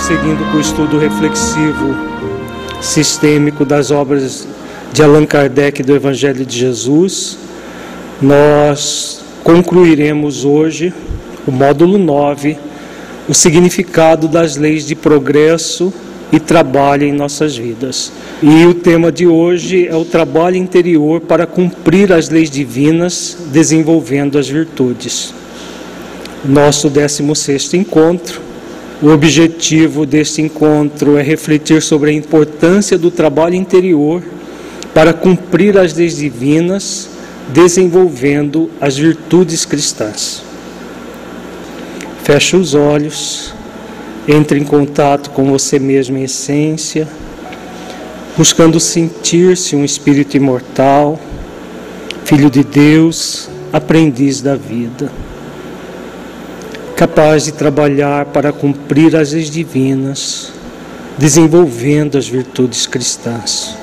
prosseguindo com o estudo reflexivo sistêmico das obras de Allan Kardec do Evangelho de Jesus, nós concluiremos hoje o módulo 9, o significado das leis de progresso e trabalho em nossas vidas. E o tema de hoje é o trabalho interior para cumprir as leis divinas, desenvolvendo as virtudes. Nosso 16º encontro. O objetivo deste encontro é refletir sobre a importância do trabalho interior para cumprir as leis divinas, desenvolvendo as virtudes cristãs. Feche os olhos, entre em contato com você mesmo em essência, buscando sentir-se um espírito imortal, filho de Deus, aprendiz da vida, capaz de trabalhar para cumprir as leis divinas, desenvolvendo as virtudes cristãs.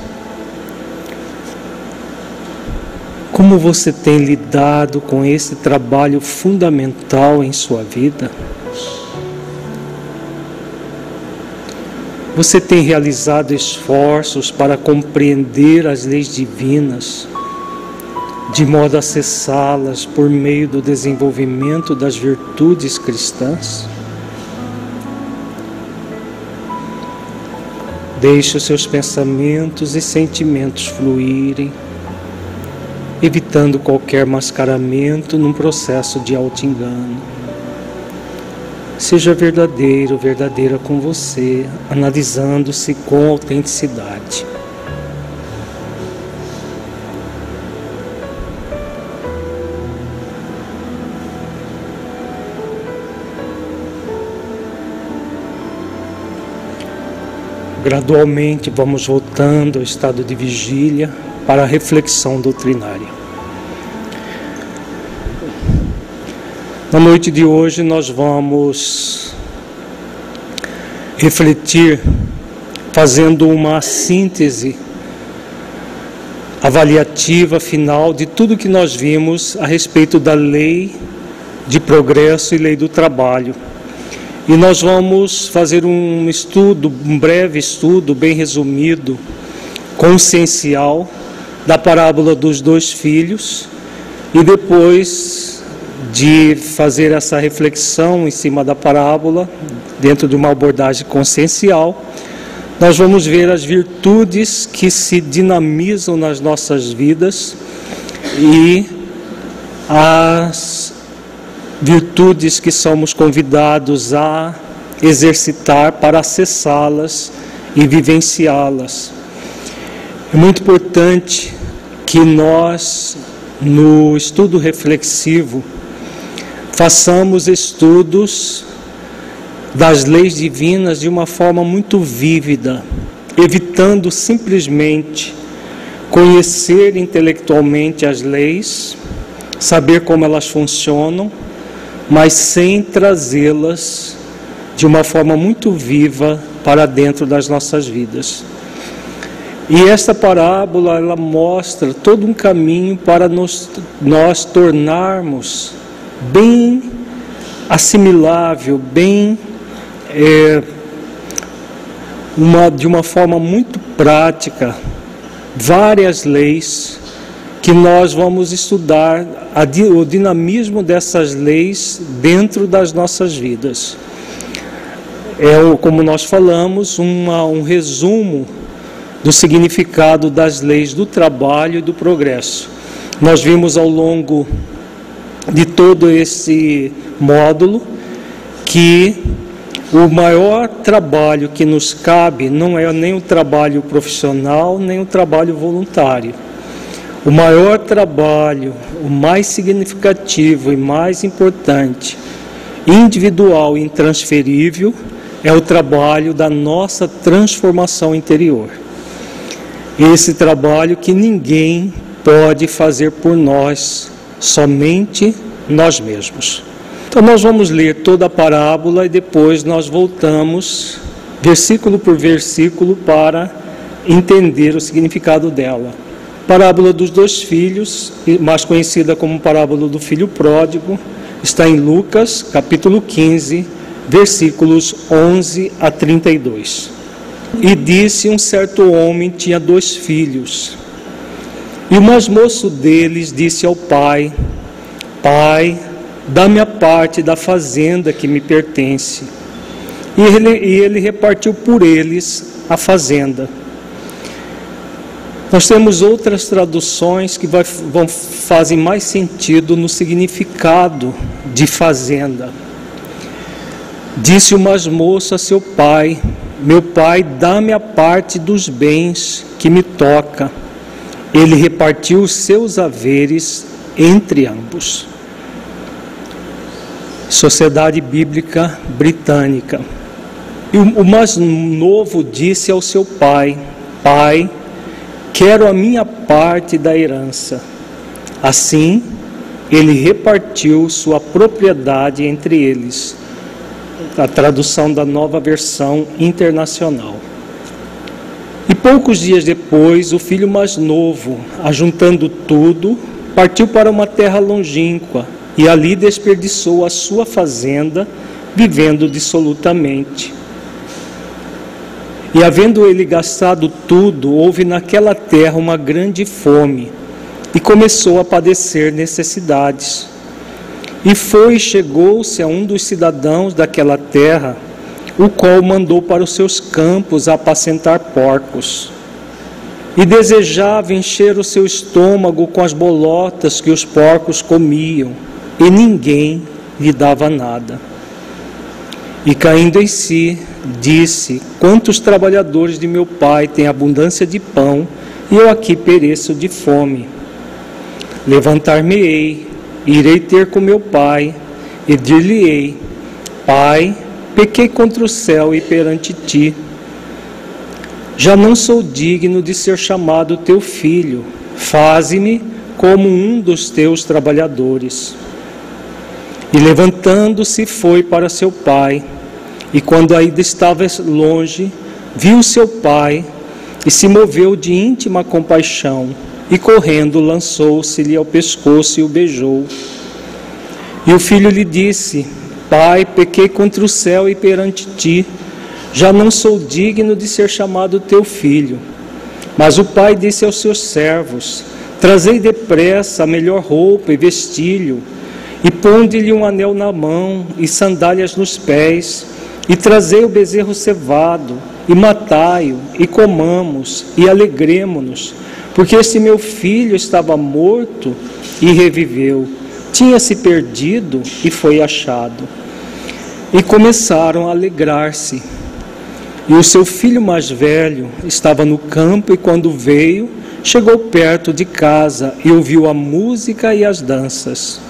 Como você tem lidado com esse trabalho fundamental em sua vida? Você tem realizado esforços para compreender as leis divinas, de modo a acessá-las por meio do desenvolvimento das virtudes cristãs? Deixe os seus pensamentos e sentimentos fluírem, evitando qualquer mascaramento num processo de auto-engano. Seja verdadeiro, verdadeira com você, analisando-se com autenticidade. Gradualmente vamos voltando ao estado de vigília para a reflexão doutrinária. Na noite de hoje nós vamos refletir fazendo uma síntese avaliativa final de tudo que nós vimos a respeito da lei de progresso e lei do trabalho. E nós vamos fazer um estudo, um breve estudo, bem resumido, consciencial, da parábola dos dois filhos, e depois de fazer essa reflexão em cima da parábola, dentro de uma abordagem consciencial, nós vamos ver as virtudes que se dinamizam nas nossas vidas e as virtudes que somos convidados a exercitar para acessá-las e vivenciá-las. É muito importante que nós, no estudo reflexivo, façamos estudos das leis divinas de uma forma muito vívida, evitando simplesmente conhecer intelectualmente as leis, saber como elas funcionam, mas sem trazê-las de uma forma muito viva para dentro das nossas vidas. E esta parábola, ela mostra todo um caminho para nós tornarmos bem assimilável, bem de uma forma muito prática, várias leis que nós vamos estudar o dinamismo dessas leis dentro das nossas vidas. Como nós falamos, um resumo do significado das leis do trabalho e do progresso. Nós vimos ao longo de todo esse módulo que o maior trabalho que nos cabe não é nem o trabalho profissional, nem o trabalho voluntário. O maior trabalho, o mais significativo e mais importante, individual e intransferível, é o trabalho da nossa transformação interior. Esse trabalho que ninguém pode fazer por nós, somente nós mesmos. Então nós vamos ler toda a parábola e depois nós voltamos, versículo por versículo, para entender o significado dela. Parábola dos dois filhos, mais conhecida como parábola do filho pródigo, está em Lucas, capítulo 15, versículos 11 a 32. E disse: um certo homem tinha 2 filhos. E o mais moço deles disse ao pai: Pai, dá-me a parte da fazenda que me pertence. E ele repartiu por eles a fazenda. Nós temos outras traduções que fazem mais sentido no significado de fazenda. Disse o mais moço a seu pai: meu pai, dá-me a parte dos bens que me toca. Ele repartiu os seus haveres entre ambos. Sociedade Bíblica Britânica. E o mais novo disse ao seu pai: Pai, quero a minha parte da herança. Assim, ele repartiu sua propriedade entre eles. A tradução da Nova Versão Internacional. E poucos dias depois, o filho mais novo, ajuntando tudo, partiu para uma terra longínqua e ali desperdiçou a sua fazenda, vivendo dissolutamente. E havendo ele gastado tudo, houve naquela terra uma grande fome, e começou a padecer necessidades. E chegou-se a um dos cidadãos daquela terra, o qual mandou para os seus campos a apacentar porcos. E desejava encher o seu estômago com as bolotas que os porcos comiam, e ninguém lhe dava nada. E caindo em si, disse: quantos trabalhadores de meu pai têm abundância de pão, e eu aqui pereço de fome. Levantar-me-ei, irei ter com meu pai, e dir-lhe-ei: Pai, pequei contra o céu e perante ti. Já não sou digno de ser chamado teu filho. Faze-me como um dos teus trabalhadores. E levantando-se foi para seu pai. E quando ainda estava longe, viu seu pai e se moveu de íntima compaixão. E correndo lançou-se-lhe ao pescoço e o beijou. E o filho lhe disse: Pai, pequei contra o céu e perante ti. Já não sou digno de ser chamado teu filho. Mas o pai disse aos seus servos: Trazei depressa a melhor roupa e vestilho, e ponde-lhe um anel na mão e sandálias nos pés, e trazei o bezerro cevado, e matai-o, e comamos, e alegremo-nos, porque este meu filho estava morto e reviveu, tinha-se perdido e foi achado. E começaram a alegrar-se. E o seu filho mais velho estava no campo, e quando veio, chegou perto de casa e ouviu a música e as danças.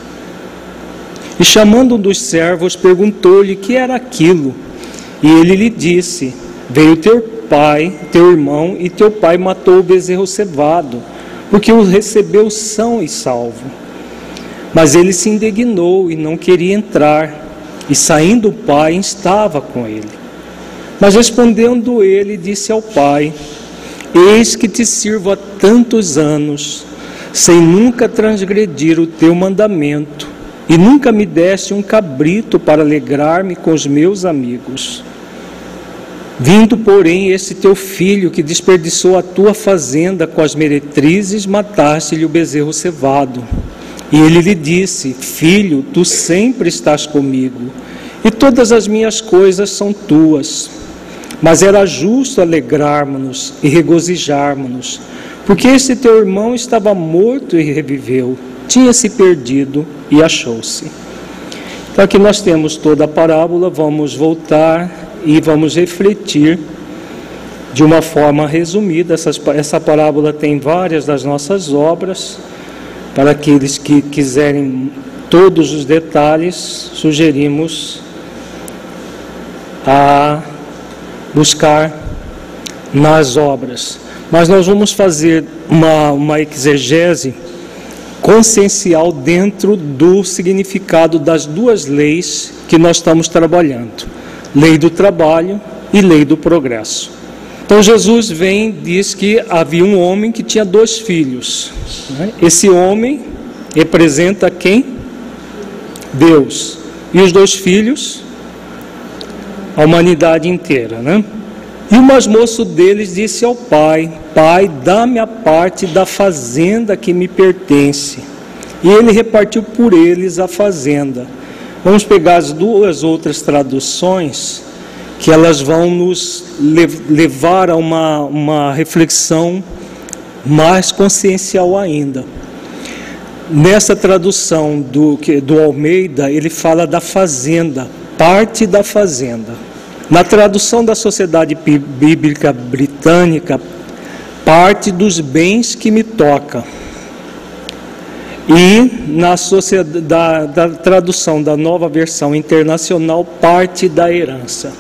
E chamando um dos servos, perguntou-lhe que era aquilo. E ele lhe disse: Veio teu pai, teu irmão, e teu pai matou o bezerro cevado, porque o recebeu são e salvo. Mas ele se indignou e não queria entrar. E saindo o pai, estava com ele. Mas respondendo ele, disse ao pai: Eis que te sirvo há tantos anos, sem nunca transgredir o teu mandamento, e nunca me deste um cabrito para alegrar-me com os meus amigos. Vindo, porém, esse teu filho que desperdiçou a tua fazenda com as meretrizes, mataste-lhe o bezerro cevado. E ele lhe disse: Filho, tu sempre estás comigo, e todas as minhas coisas são tuas. Mas era justo alegrarmos-nos e regozijarmos-nos, porque este teu irmão estava morto e reviveu, tinha-se perdido e achou-se. Então aqui nós temos toda a parábola. Vamos voltar e vamos refletir de uma forma resumida. Essa parábola tem várias das nossas obras. Para aqueles que quiserem todos os detalhes, sugerimos a buscar nas obras. Mas nós vamos fazer uma exegese consciencial dentro do significado das duas leis que nós estamos trabalhando: lei do trabalho e lei do progresso. Então Jesus vem e diz que havia um homem que tinha 2 filhos. Esse homem representa quem? Deus. E os 2 filhos? a humanidade inteira, né? E o mais moço deles disse ao pai: Pai, dá-me a parte da fazenda que me pertence. E ele repartiu por eles a fazenda. Vamos pegar as duas outras traduções, que elas vão nos levar a uma reflexão mais consciencial ainda. Nessa tradução do Almeida, ele fala da fazenda, parte da fazenda. Na tradução da Sociedade Bíblica Britânica, parte dos bens que me toca. E na da tradução da Nova Versão Internacional, parte da herança.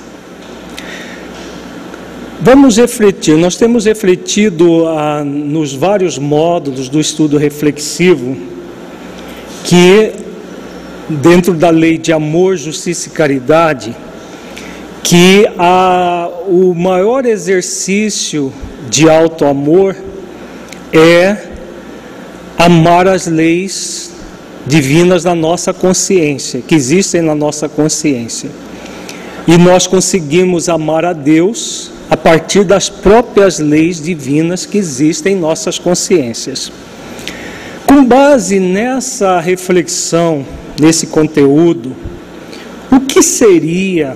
Vamos refletir, nós temos refletido nos vários módulos do estudo reflexivo que, dentro da lei de amor, justiça e caridade, que o maior exercício de auto-amor é amar as leis divinas da nossa consciência, que existem na nossa consciência. E nós conseguimos amar a Deus a partir das próprias leis divinas que existem em nossas consciências. Com base nessa reflexão, nesse conteúdo, o que seria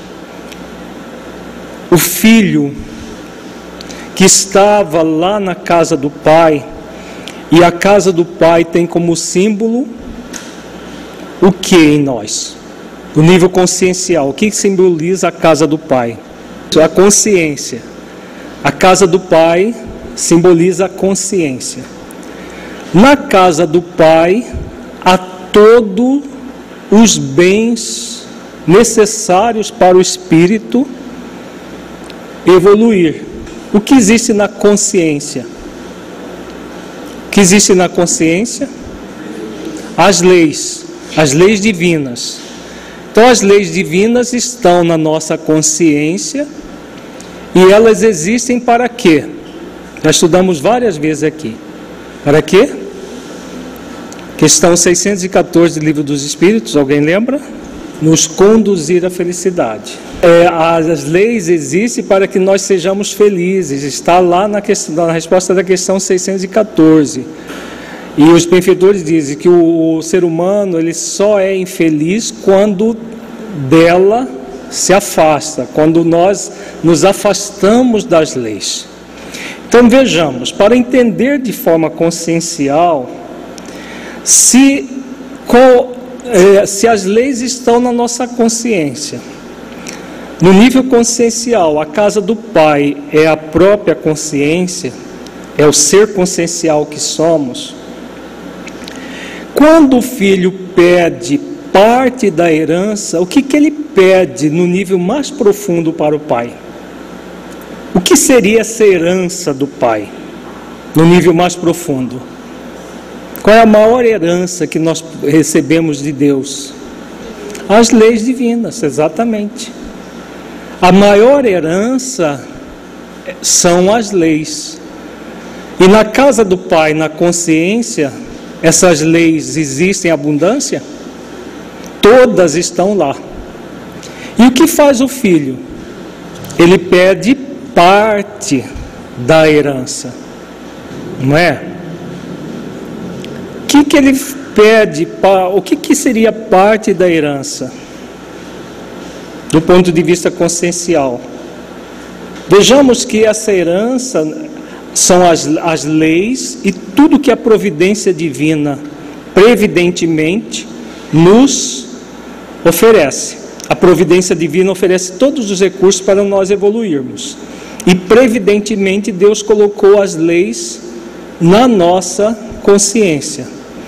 o filho que estava lá na casa do pai, e a casa do pai tem como símbolo o que em nós? O nível consciencial. O que simboliza a casa do pai? A consciência. A casa do pai simboliza a consciência. Na casa do pai há todos os bens necessários para o espírito evoluir. O que existe na consciência? O que existe na consciência? As leis divinas. Então as leis divinas estão na nossa consciência e elas existem para quê? Já estudamos várias vezes aqui. Para quê? Questão 614 do Livro dos Espíritos, alguém lembra? Nos conduzir à felicidade. As leis existem para que nós sejamos felizes. Está lá na resposta da questão 614. E os benfeitores dizem que o ser humano ele só é infeliz quando dela se afasta, quando nós nos afastamos das leis. Então vejamos, para entender de forma consciencial, se as leis estão na nossa consciência, no nível consciencial, a casa do Pai é a própria consciência, é o ser consciencial que somos. Quando o filho pede parte da herança, o que ele pede no nível mais profundo para o pai? O que seria essa herança do pai, no nível mais profundo? Qual é a maior herança que nós recebemos de Deus? As leis divinas, exatamente. A maior herança são as leis. E na casa do Pai, na consciência, essas leis existem em abundância? Todas estão lá. E o que faz o filho? Ele pede parte da herança, não é? O que ele pede? O que seria parte da herança? Do ponto de vista consciencial. Vejamos que essa herança são as leis e tudo que a providência divina previdentemente nos oferece. A providência divina oferece todos os recursos para nós evoluirmos. E previdentemente Deus colocou as leis na nossa consciência.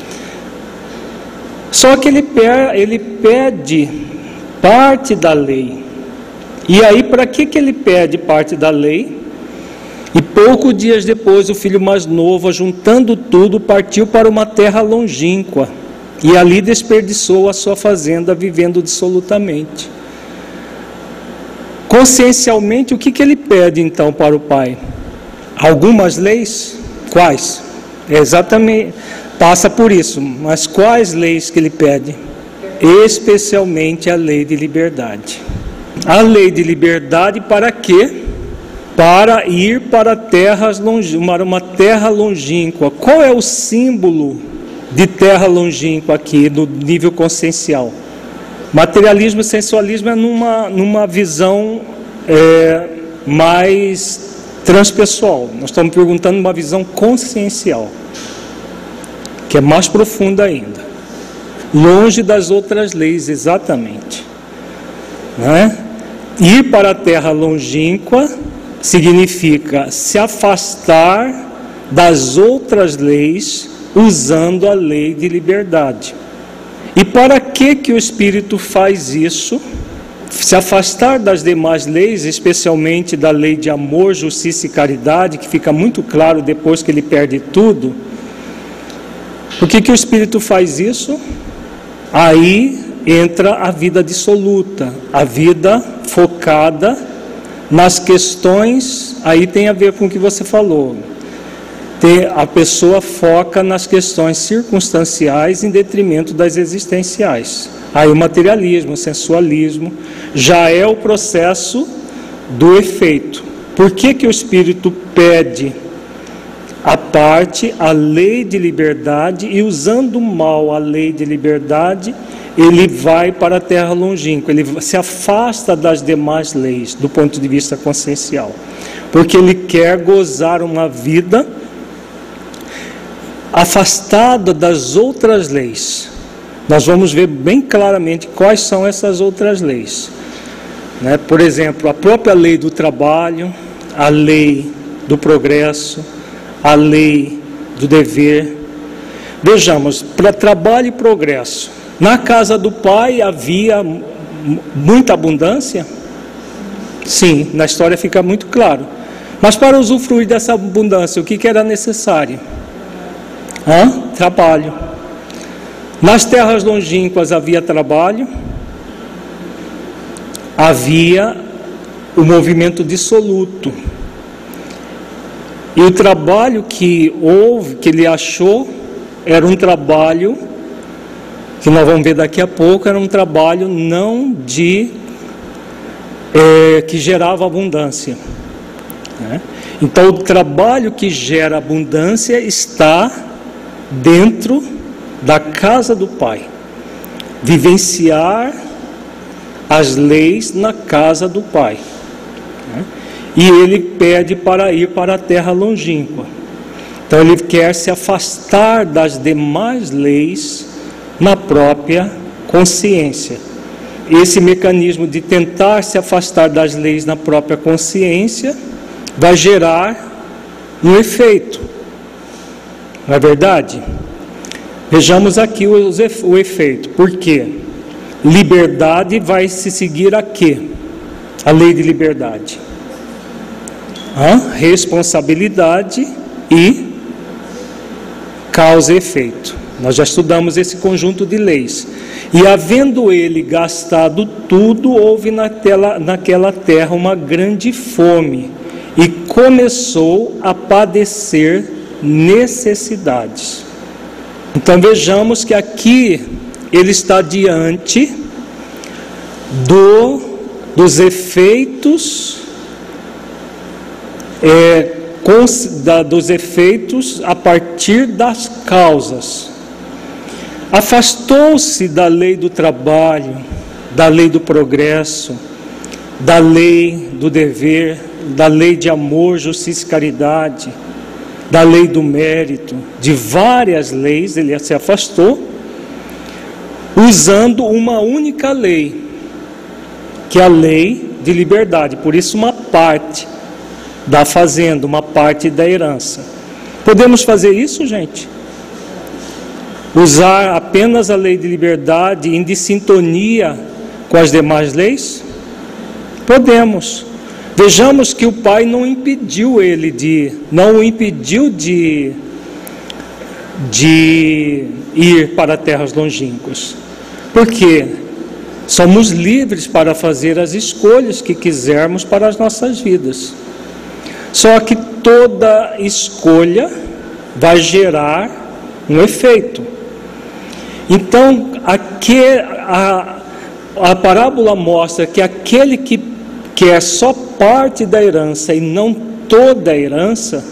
Só que ele pede parte da lei. E aí, para que ele pede parte da lei? E poucos dias depois, o filho mais novo, ajuntando tudo, partiu para uma terra longínqua. E ali desperdiçou a sua fazenda, vivendo dissolutamente. Consciencialmente, o que ele pede então para o pai? Algumas leis? Quais? Exatamente, passa por isso. Mas quais leis que ele pede? Especialmente a lei de liberdade. A lei de liberdade para quê? Para ir para terras uma terra longínqua. Qual é o símbolo de terra longínqua aqui, no nível consciencial? Materialismo e sensualismo é numa visão mais transpessoal. Nós estamos perguntando uma visão consciencial, que é mais profunda ainda, longe das outras leis, exatamente, né? Ir para a terra longínqua significa se afastar das outras leis usando a lei de liberdade. E para que o Espírito faz isso? Se afastar das demais leis, especialmente da lei de amor, justiça e caridade, que fica muito claro depois que ele perde tudo. Por que o Espírito faz isso? Aí entra a vida dissoluta, a vida focada nas questões, aí tem a ver com o que você falou. A pessoa foca nas questões circunstanciais em detrimento das existenciais. Aí o materialismo, o sensualismo, já é o processo do efeito. Por que o Espírito pede a parte, a lei de liberdade, e usando mal a lei de liberdade, ele vai para a terra longínqua, ele se afasta das demais leis do ponto de vista consciencial, porque ele quer gozar uma vida afastada das outras leis. Nós vamos ver bem claramente quais são essas outras leis, né? Por exemplo, a própria lei do trabalho, a lei do progresso, a lei do dever. Vejamos, para trabalho e progresso, na casa do Pai havia muita abundância? Sim, na história fica muito claro. Mas para usufruir dessa abundância, o que era necessário? Trabalho. Nas terras longínquas havia trabalho, havia o movimento dissoluto. E o trabalho que ele achou, era um trabalho, que nós vamos ver daqui a pouco, era um trabalho não que gerava abundância, né? Então o trabalho que gera abundância está dentro da casa do Pai. Vivenciar as leis na casa do Pai, né? E ele pede para ir para a terra longínqua. Então ele quer se afastar das demais leis na própria consciência. Esse mecanismo de tentar se afastar das leis na própria consciência vai gerar um efeito. Não é verdade? Vejamos aqui o efeito. Por quê? Liberdade vai se seguir a quê? A lei de liberdade. Responsabilidade e causa e efeito. Nós já estudamos esse conjunto de leis. E havendo ele gastado tudo, houve naquela terra uma grande fome, e começou a padecer necessidades. Então vejamos que aqui ele está diante dos efeitos dos efeitos a partir das causas. Afastou-se da lei do trabalho, da lei do progresso, da lei do dever, da lei de amor, justiça e caridade, da lei do mérito, de várias leis ele se afastou, usando uma única lei, que é a lei de liberdade. Por isso uma parte da fazenda, uma parte da herança. Podemos fazer isso, gente? Usar apenas a lei de liberdade em sintonia com as demais leis? Podemos. Vejamos que o Pai não impediu não o impediu de ir para terras longínquas. Por quê? Somos livres para fazer as escolhas que quisermos para as nossas vidas. Só que toda escolha vai gerar um efeito. Então, a parábola mostra que aquele que quer só parte da herança e não toda a herança,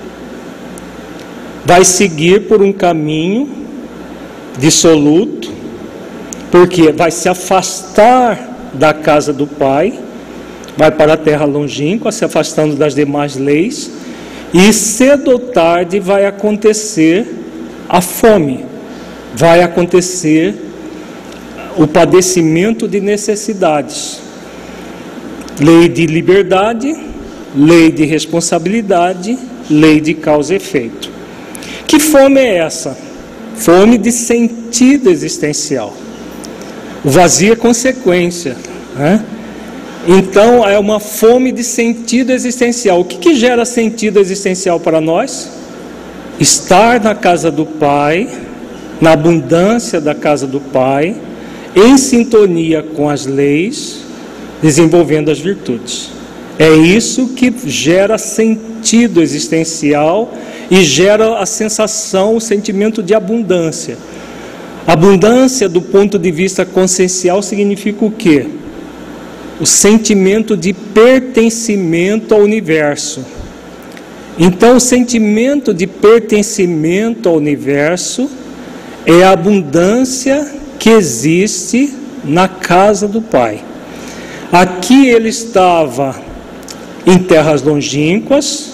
vai seguir por um caminho dissoluto, porque vai se afastar da casa do Pai, vai para a terra longínqua, se afastando das demais leis, e cedo ou tarde vai acontecer a fome, vai acontecer o padecimento de necessidades. Lei de liberdade, lei de responsabilidade, lei de causa e efeito. Que fome é essa? Fome de sentido existencial. O vazio é consequência, né? Então é uma fome de sentido existencial. O que gera sentido existencial para nós? Estar na casa do Pai, na abundância da casa do Pai, em sintonia com as leis, desenvolvendo as virtudes. É isso que gera sentido existencial e gera a sensação, o sentimento de abundância. Abundância, do ponto de vista consciencial, significa o quê? O sentimento de pertencimento ao universo. Então, o sentimento de pertencimento ao universo é a abundância que existe na casa do Pai. Aqui ele estava em terras longínquas,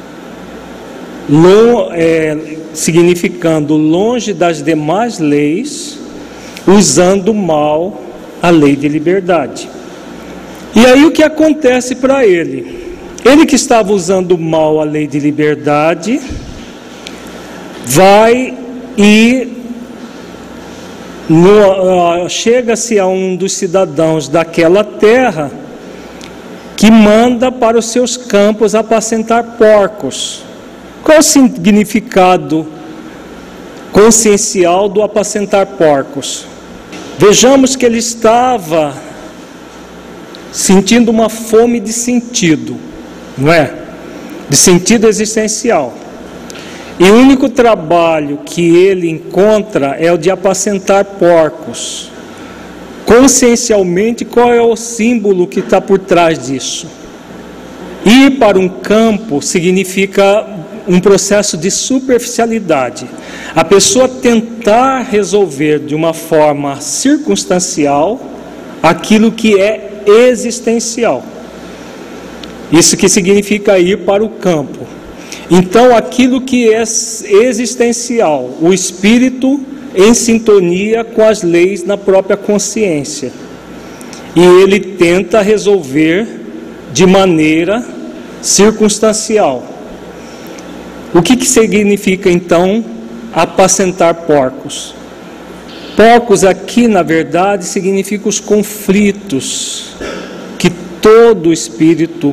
significando longe das demais leis, usando mal a lei de liberdade. E aí o que acontece para ele? Ele que estava usando mal a lei de liberdade, vai e chega-se a um dos cidadãos daquela terra que manda para os seus campos apacentar porcos. Qual o significado consciencial do apacentar porcos? Vejamos que ele estava sentindo uma fome de sentido, não é? De sentido existencial. E o único trabalho que ele encontra é o de apacentar porcos. Consciencialmente, qual é o símbolo que está por trás disso? Ir para um campo significa um processo de superficialidade. A pessoa tentar resolver de uma forma circunstancial aquilo que é existencial. Isso que significa ir para o campo. Então, aquilo que é existencial, o espírito em sintonia com as leis na própria consciência. E ele tenta resolver de maneira circunstancial. O que significa, então, apacentar porcos? Porcos aqui, na verdade, significa os conflitos que todo espírito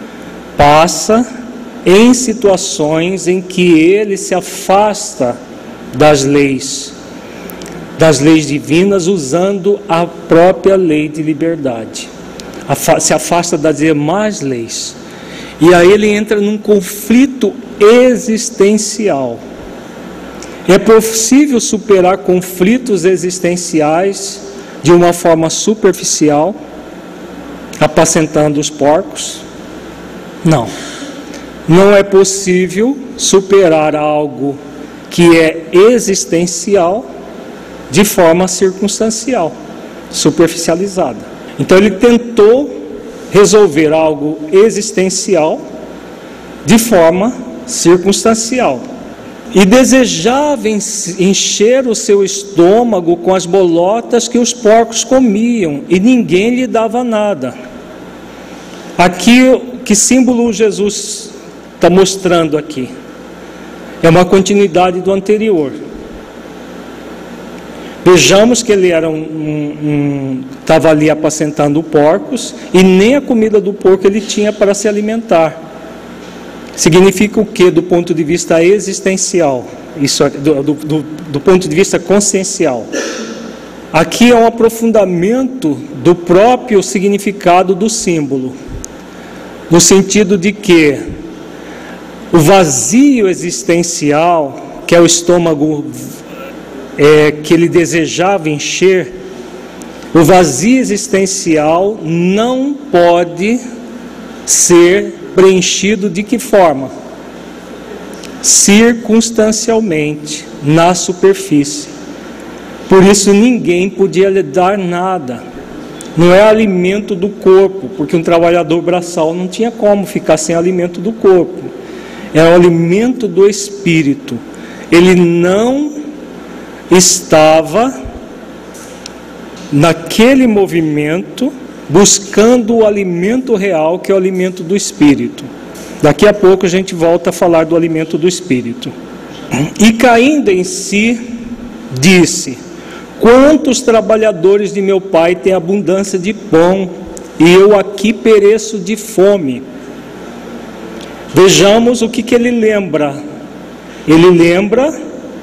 passa em situações em que ele se afasta das leis divinas, usando a própria lei de liberdade. Se afasta das demais leis. E aí ele entra num conflito existencial. É possível superar conflitos existenciais de uma forma superficial, apacentando os porcos? Não. Não é possível superar algo que é existencial de forma circunstancial, superficializada. Então ele tentou resolver algo existencial de forma circunstancial e desejava encher o seu estômago com as bolotas que os porcos comiam e ninguém lhe dava nada. Aqui, que símbolo Jesus está mostrando aqui? É uma continuidade do anterior. Vejamos que ele era estava ali apacentando porcos e nem a comida do porco ele tinha para se alimentar. Significa o que do ponto de vista existencial? Isso do ponto de vista consciencial. Aqui é um aprofundamento do próprio significado do símbolo, no sentido de que o vazio existencial, que é o estômago que ele desejava encher, O vazio existencial não pode ser preenchido de que forma? Circunstancialmente, na superfície. Por isso ninguém podia lhe dar nada. Não é alimento do corpo, porque um trabalhador braçal não tinha como ficar sem alimento do corpo. É o alimento do espírito. Ele não estava naquele movimento buscando o alimento real, que é o alimento do espírito. Daqui a pouco a gente volta a falar do alimento do espírito. E caindo em si, disse: quantos trabalhadores de meu pai têm abundância de pão, e eu aqui pereço de fome. Vejamos o que ele lembra. Ele lembra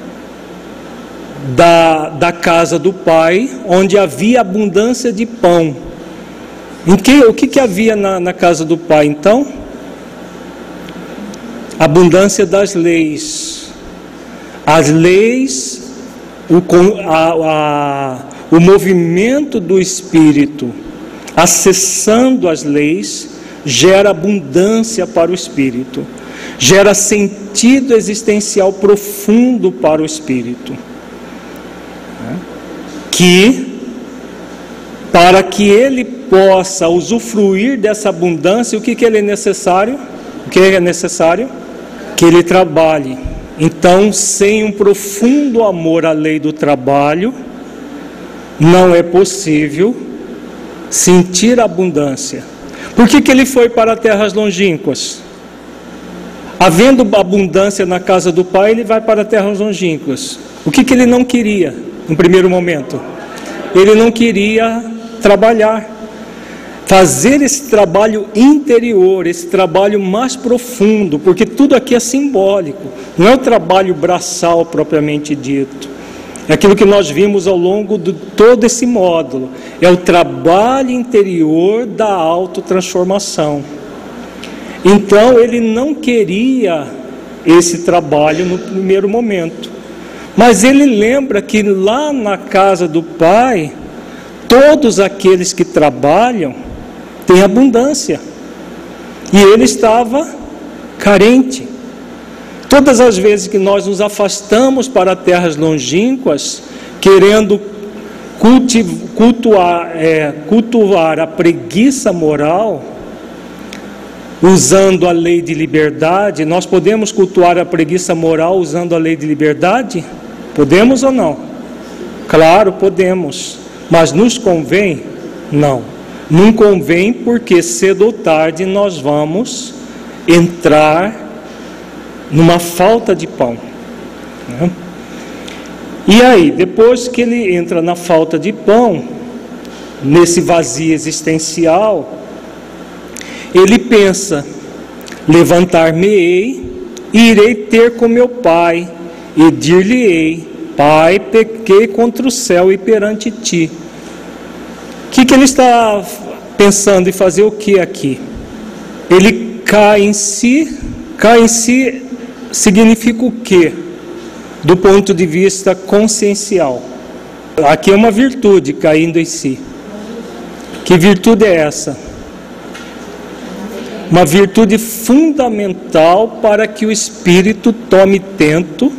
da casa do pai, onde havia abundância de pão. O que havia na casa do pai, então? Abundância das leis. As leis, o movimento do Espírito, acessando as leis, gera abundância para o Espírito, gera sentido existencial profundo para o Espírito. Para que ele possa usufruir dessa abundância, o que ele é necessário? O que é necessário? Que ele trabalhe. Então, sem um profundo amor à lei do trabalho, não é possível sentir a abundância. Por que ele foi para terras longínquas? Havendo abundância na casa do pai, ele vai para terras longínquas. O que ele não queria, no primeiro momento? Ele não queria trabalhar, fazer esse trabalho interior, esse trabalho mais profundo, porque tudo aqui é simbólico, não é o trabalho braçal propriamente dito, é aquilo que nós vimos ao longo de todo esse módulo, é o trabalho interior da autotransformação. Então ele não queria esse trabalho no primeiro momento, mas ele lembra que lá na casa do pai, todos aqueles que trabalham têm abundância, e ele estava carente. Todas as vezes que nós nos afastamos para terras longínquas, querendo cultuar a preguiça moral, usando a lei de liberdade, nós podemos cultuar a preguiça moral usando a lei de liberdade? Podemos ou não? Claro, podemos. Mas nos convém? Não. Não convém, porque cedo ou tarde nós vamos entrar numa falta de pão, né? E aí, depois que ele entra na falta de pão, nesse vazio existencial, ele pensa: levantar-me-ei e irei ter com meu pai, e dir-lhe-ei: Pai, pequei contra o céu e perante ti. O que ele está pensando em fazer o que aqui? Ele cai em si. Cai em si significa o quê? Do ponto de vista consciencial. Aqui é uma virtude, caindo em si. Que virtude é essa? Uma virtude fundamental para que o espírito tome tento,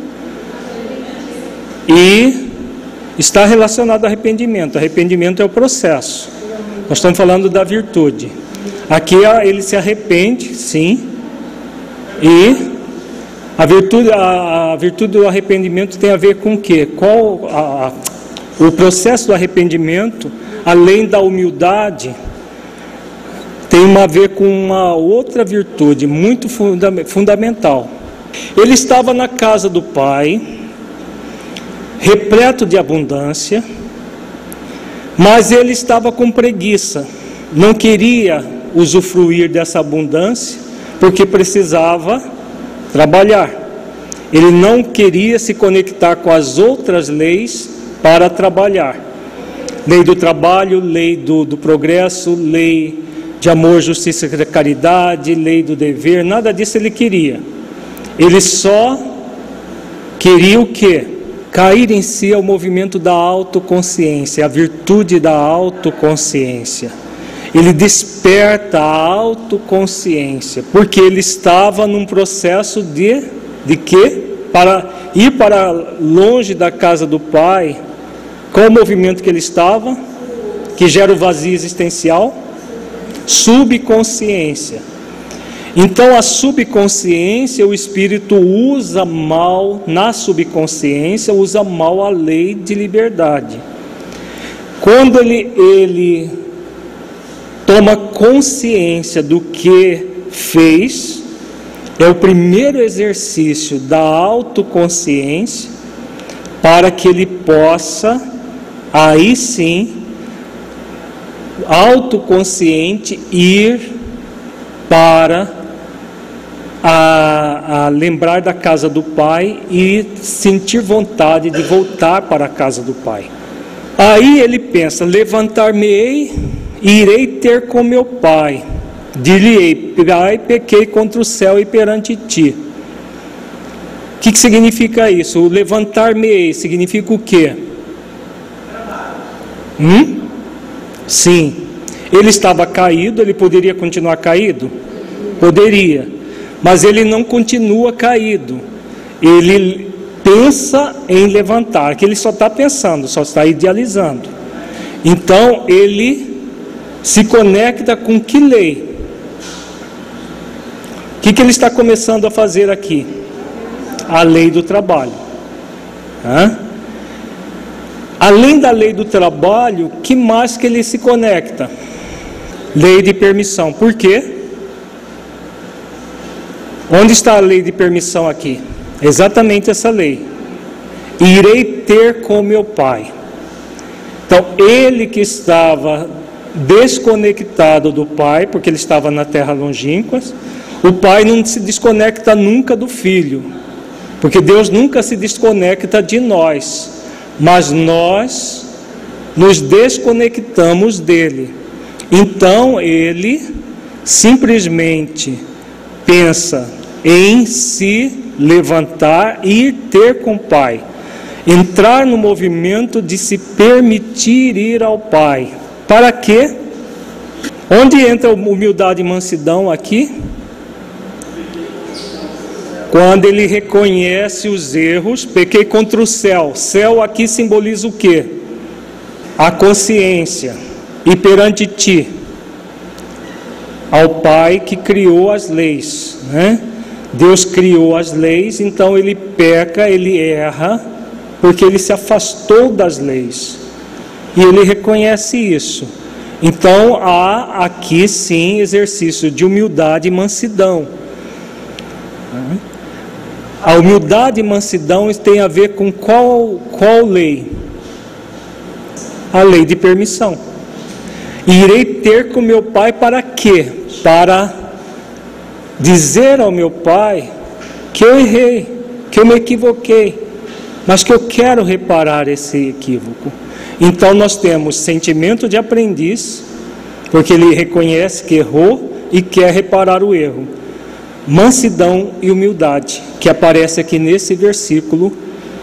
e está relacionado ao arrependimento. Arrependimento é o processo. Nós estamos falando da virtude. Aqui ele se arrepende, sim, e a virtude do arrependimento tem a ver com o quê? O processo do arrependimento, além da humildade, tem a ver com uma outra virtude muito fundamental. Ele estava na casa do pai, repleto de abundância, mas ele estava com preguiça, não queria usufruir dessa abundância, porque precisava trabalhar. Ele não queria se conectar com as outras leis para trabalhar. Lei do trabalho, lei do progresso, lei de amor, justiça e caridade, lei do dever, nada disso ele queria. Ele só queria o quê? Cair em si é o movimento da autoconsciência, a virtude da autoconsciência. Ele desperta a autoconsciência, porque ele estava num processo de quê? Para ir para longe da casa do Pai. Qual o movimento que ele estava? Que gera o vazio existencial? Subconsciência. Então a subconsciência, o espírito usa mal, na subconsciência, usa mal a lei de liberdade. Quando ele toma consciência do que fez, é o primeiro exercício da autoconsciência, para que ele possa, aí sim, autoconsciente, ir para a lembrar da casa do Pai e sentir vontade de voltar para a casa do Pai. Aí ele pensa: levantar-me-ei e irei ter com meu Pai. Dir-lhe-ei: Pai, pequei contra o céu e perante ti. O que significa isso? O levantar-me-ei significa o quê? Sim. Ele estava caído, ele poderia continuar caído? Poderia. Mas ele não continua caído. Ele pensa em levantar, que ele só está pensando, só está idealizando. Então ele se conecta com que lei? O que ele está começando a fazer aqui? A lei do trabalho. Além da lei do trabalho, que mais que ele se conecta? Lei de permissão. Por quê? Onde está a lei de permissão aqui? Exatamente essa lei. Irei ter com meu Pai. Então, ele que estava desconectado do Pai, porque ele estava na terra longínqua, o Pai não se desconecta nunca do Filho, porque Deus nunca se desconecta de nós, mas nós nos desconectamos dele. Então ele simplesmente pensa em se levantar e ir ter com o Pai, entrar no movimento de se permitir ir ao Pai. Para quê? Onde entra a humildade e mansidão aqui? Quando ele reconhece os erros. Pequei contra o céu. Céu aqui simboliza o quê? A consciência. E perante ti, ao Pai que criou as leis, né? Deus criou as leis, então ele peca, ele erra, porque ele se afastou das leis. E ele reconhece isso. Então há aqui sim exercício de humildade e mansidão. A humildade e mansidão tem a ver com qual lei? A lei de permissão. Irei ter com meu Pai para quê? Para dizer ao meu Pai que eu errei, que eu me equivoquei, mas que eu quero reparar esse equívoco. Então nós temos sentimento de aprendiz, porque ele reconhece que errou e quer reparar o erro. Mansidão e humildade, que aparece aqui nesse versículo,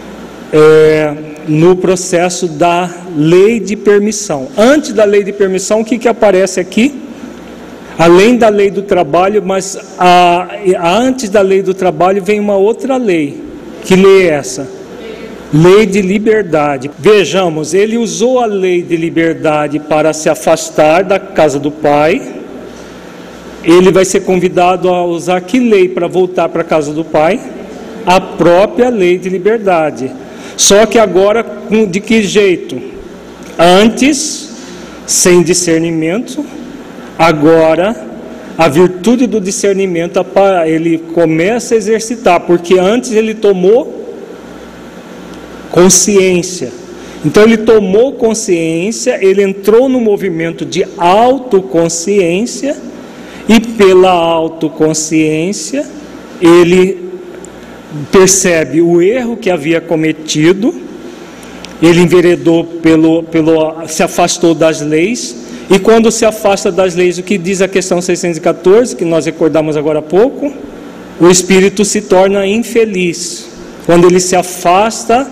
no processo da lei de permissão. Antes da lei de permissão, o que aparece aqui? Além da lei do trabalho, mas antes da lei do trabalho vem uma outra lei. Que lei é essa? Lei de liberdade. Vejamos, ele usou a lei de liberdade para se afastar da casa do Pai. Ele vai ser convidado a usar que lei para voltar para a casa do Pai? A própria lei de liberdade. Só que agora, de que jeito? Antes, sem discernimento. Agora, a virtude do discernimento, ele começa a exercitar, porque antes ele tomou consciência. Então ele tomou consciência, ele entrou no movimento de autoconsciência, e pela autoconsciência ele percebe o erro que havia cometido, ele enveredou se afastou das leis, e quando se afasta das leis, o que diz a questão 614, que nós recordamos agora há pouco? O espírito se torna infeliz. Quando ele se afasta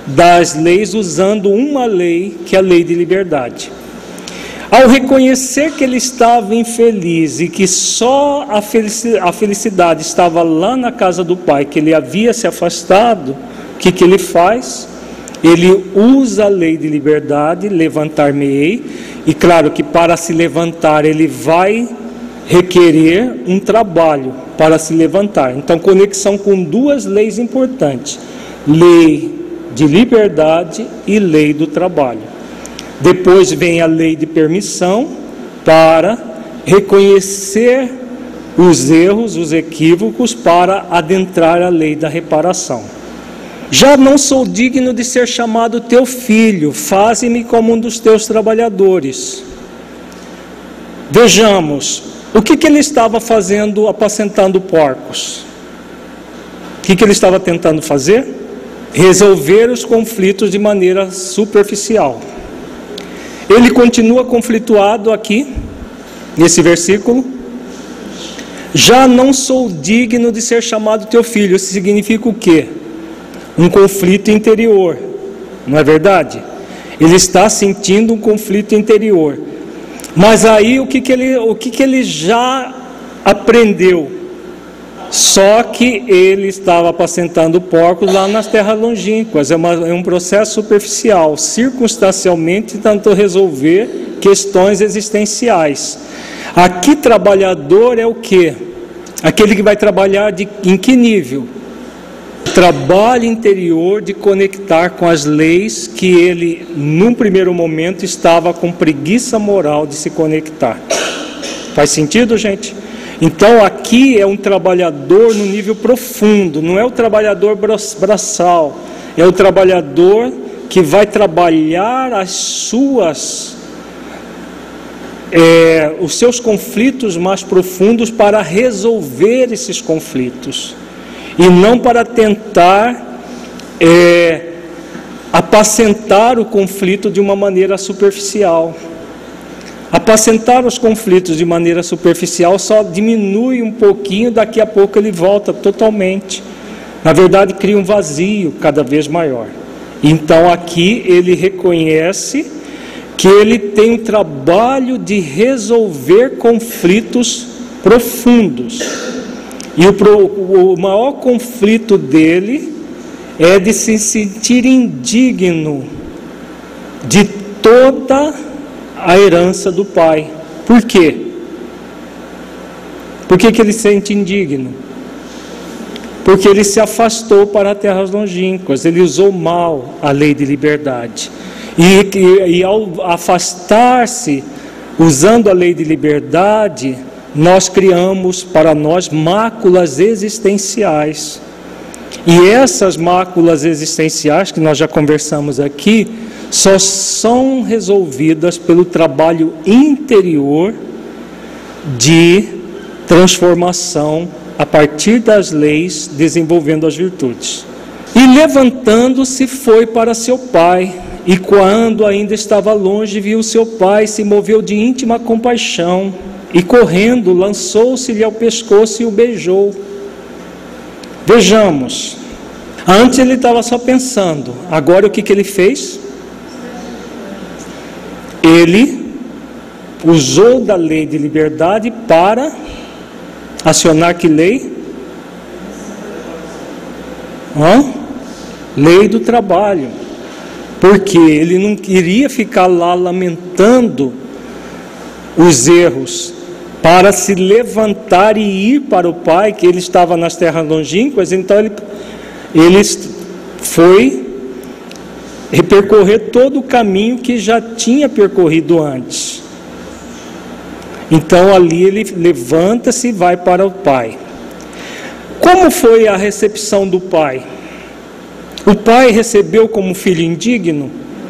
das leis usando uma lei, que é a lei de liberdade. Ao reconhecer que ele estava infeliz e que só a felicidade estava lá na casa do pai, que ele havia se afastado, o que ele faz? Ele usa a lei de liberdade, levantar-me-ei, e claro que para se levantar ele vai requerer um trabalho para se levantar. Então, conexão com duas leis importantes: lei de liberdade e lei do trabalho. Depois vem a lei de permissão para reconhecer os erros, os equívocos, para adentrar a lei da reparação. Já não sou digno de ser chamado teu filho, faze-me como um dos teus trabalhadores. Vejamos, o que ele estava fazendo apacentando porcos? O que ele estava tentando fazer? Resolver os conflitos de maneira superficial. Ele continua conflituado aqui, nesse versículo. Já não sou digno de ser chamado teu filho. Isso significa o quê? Um conflito interior, não é verdade? Ele está sentindo um conflito interior. Mas aí o que ele já aprendeu? Só que ele estava apacentando porcos lá nas terras longínquas. É um processo superficial. Circunstancialmente tentou resolver questões existenciais. Aqui trabalhador é o quê? Aquele que vai trabalhar em que nível? Trabalho interior de conectar com as leis que ele, num primeiro momento, estava com preguiça moral de se conectar. Faz sentido, gente? Então, aqui é um trabalhador no nível profundo, não é o trabalhador braçal, é o trabalhador que vai trabalhar os seus conflitos mais profundos para resolver esses conflitos. E não para tentar apacentar o conflito de uma maneira superficial. Apacentar os conflitos de maneira superficial só diminui um pouquinho, daqui a pouco ele volta totalmente. Na verdade, cria um vazio cada vez maior. Então aqui ele reconhece que ele tem um trabalho de resolver conflitos profundos. E o maior conflito dele é de se sentir indigno de toda a herança do pai. Por quê? Por que ele se sente indigno? Porque ele se afastou para terras longínquas, ele usou mal a lei de liberdade. E ao afastar-se, usando a lei de liberdade, nós criamos para nós máculas existenciais. E essas máculas existenciais, que nós já conversamos aqui, só são resolvidas pelo trabalho interior de transformação a partir das leis, desenvolvendo as virtudes. E levantando-se foi para seu pai, e quando ainda estava longe, viu seu pai, se moveu de íntima compaixão, e correndo, lançou-se-lhe ao pescoço e o beijou. Vejamos, antes ele estava só pensando, agora o que ele fez? Ele usou da lei de liberdade para acionar que lei? Lei do trabalho. Porque ele não queria ficar lá lamentando os erros, para se levantar e ir para o pai, que ele estava nas terras longínquas. Então ele foi repercorrer todo o caminho que já tinha percorrido antes. Então ali ele levanta-se e vai para o pai. Como foi a recepção do pai? O pai recebeu como filho indigno?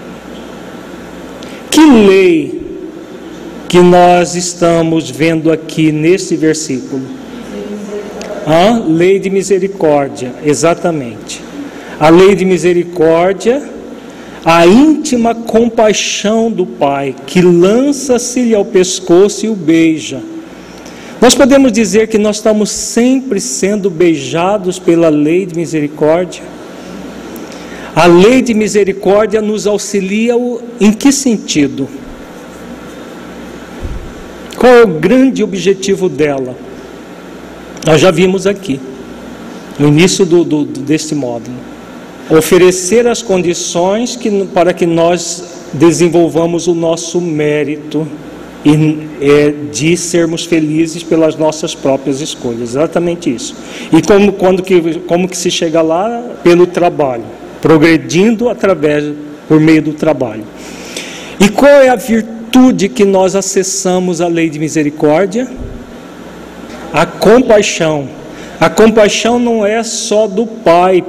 Que lei que nós estamos vendo aqui nesse versículo? Lei de misericórdia, exatamente. A lei de misericórdia, a íntima compaixão do pai, que lança-se-lhe ao pescoço e o beija. Nós podemos dizer que nós estamos sempre sendo beijados pela lei de misericórdia. A lei de misericórdia nos auxilia em que sentido? Qual é o grande objetivo dela? Nós já vimos aqui, no início deste módulo. Oferecer as condições para que nós desenvolvamos o nosso mérito de sermos felizes pelas nossas próprias escolhas. Exatamente isso. E como que se chega lá? Pelo trabalho, progredindo por meio do trabalho. E qual é a virtude que nós acessamos a lei de misericórdia? A compaixão. A compaixão não é só do Pai,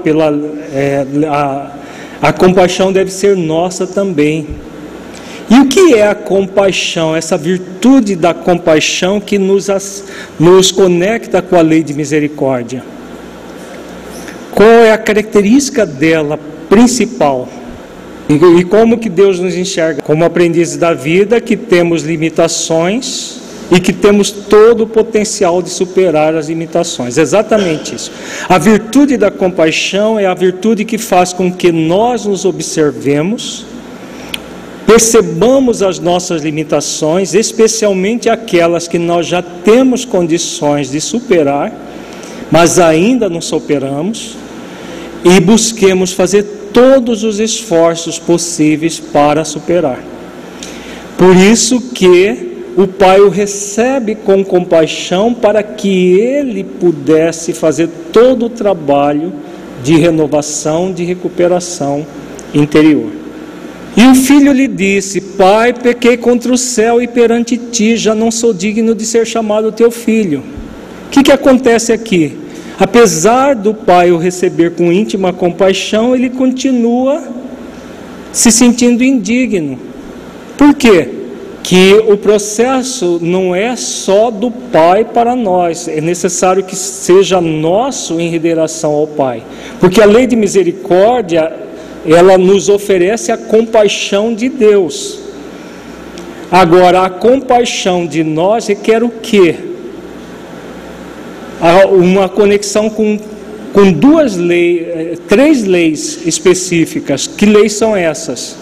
a compaixão deve ser nossa também. E o que é a compaixão? Essa virtude da compaixão que nos conecta com a lei de misericórdia. Qual é a característica dela principal? E como que Deus nos enxerga? Como aprendizes da vida, que temos limitações e que temos todo o potencial de superar as limitações. Exatamente isso. A virtude da compaixão é a virtude que faz com que nós nos observemos, percebamos as nossas limitações, especialmente aquelas que nós já temos condições de superar, mas ainda não superamos, e busquemos fazer todos os esforços possíveis para superar. Por isso que o Pai o recebe com compaixão para que ele pudesse fazer todo o trabalho de renovação, de recuperação interior. E o filho lhe disse: Pai, pequei contra o céu e perante ti, já não sou digno de ser chamado teu filho. O que acontece aqui? Apesar do pai o receber com íntima compaixão, ele continua se sentindo indigno. Por quê? Que o processo não é só do Pai para nós, é necessário que seja nosso em reiteração ao Pai, porque a lei de misericórdia, ela nos oferece a compaixão de Deus. Agora, a compaixão de nós requer o quê? Uma conexão com três leis específicas. Que leis são essas?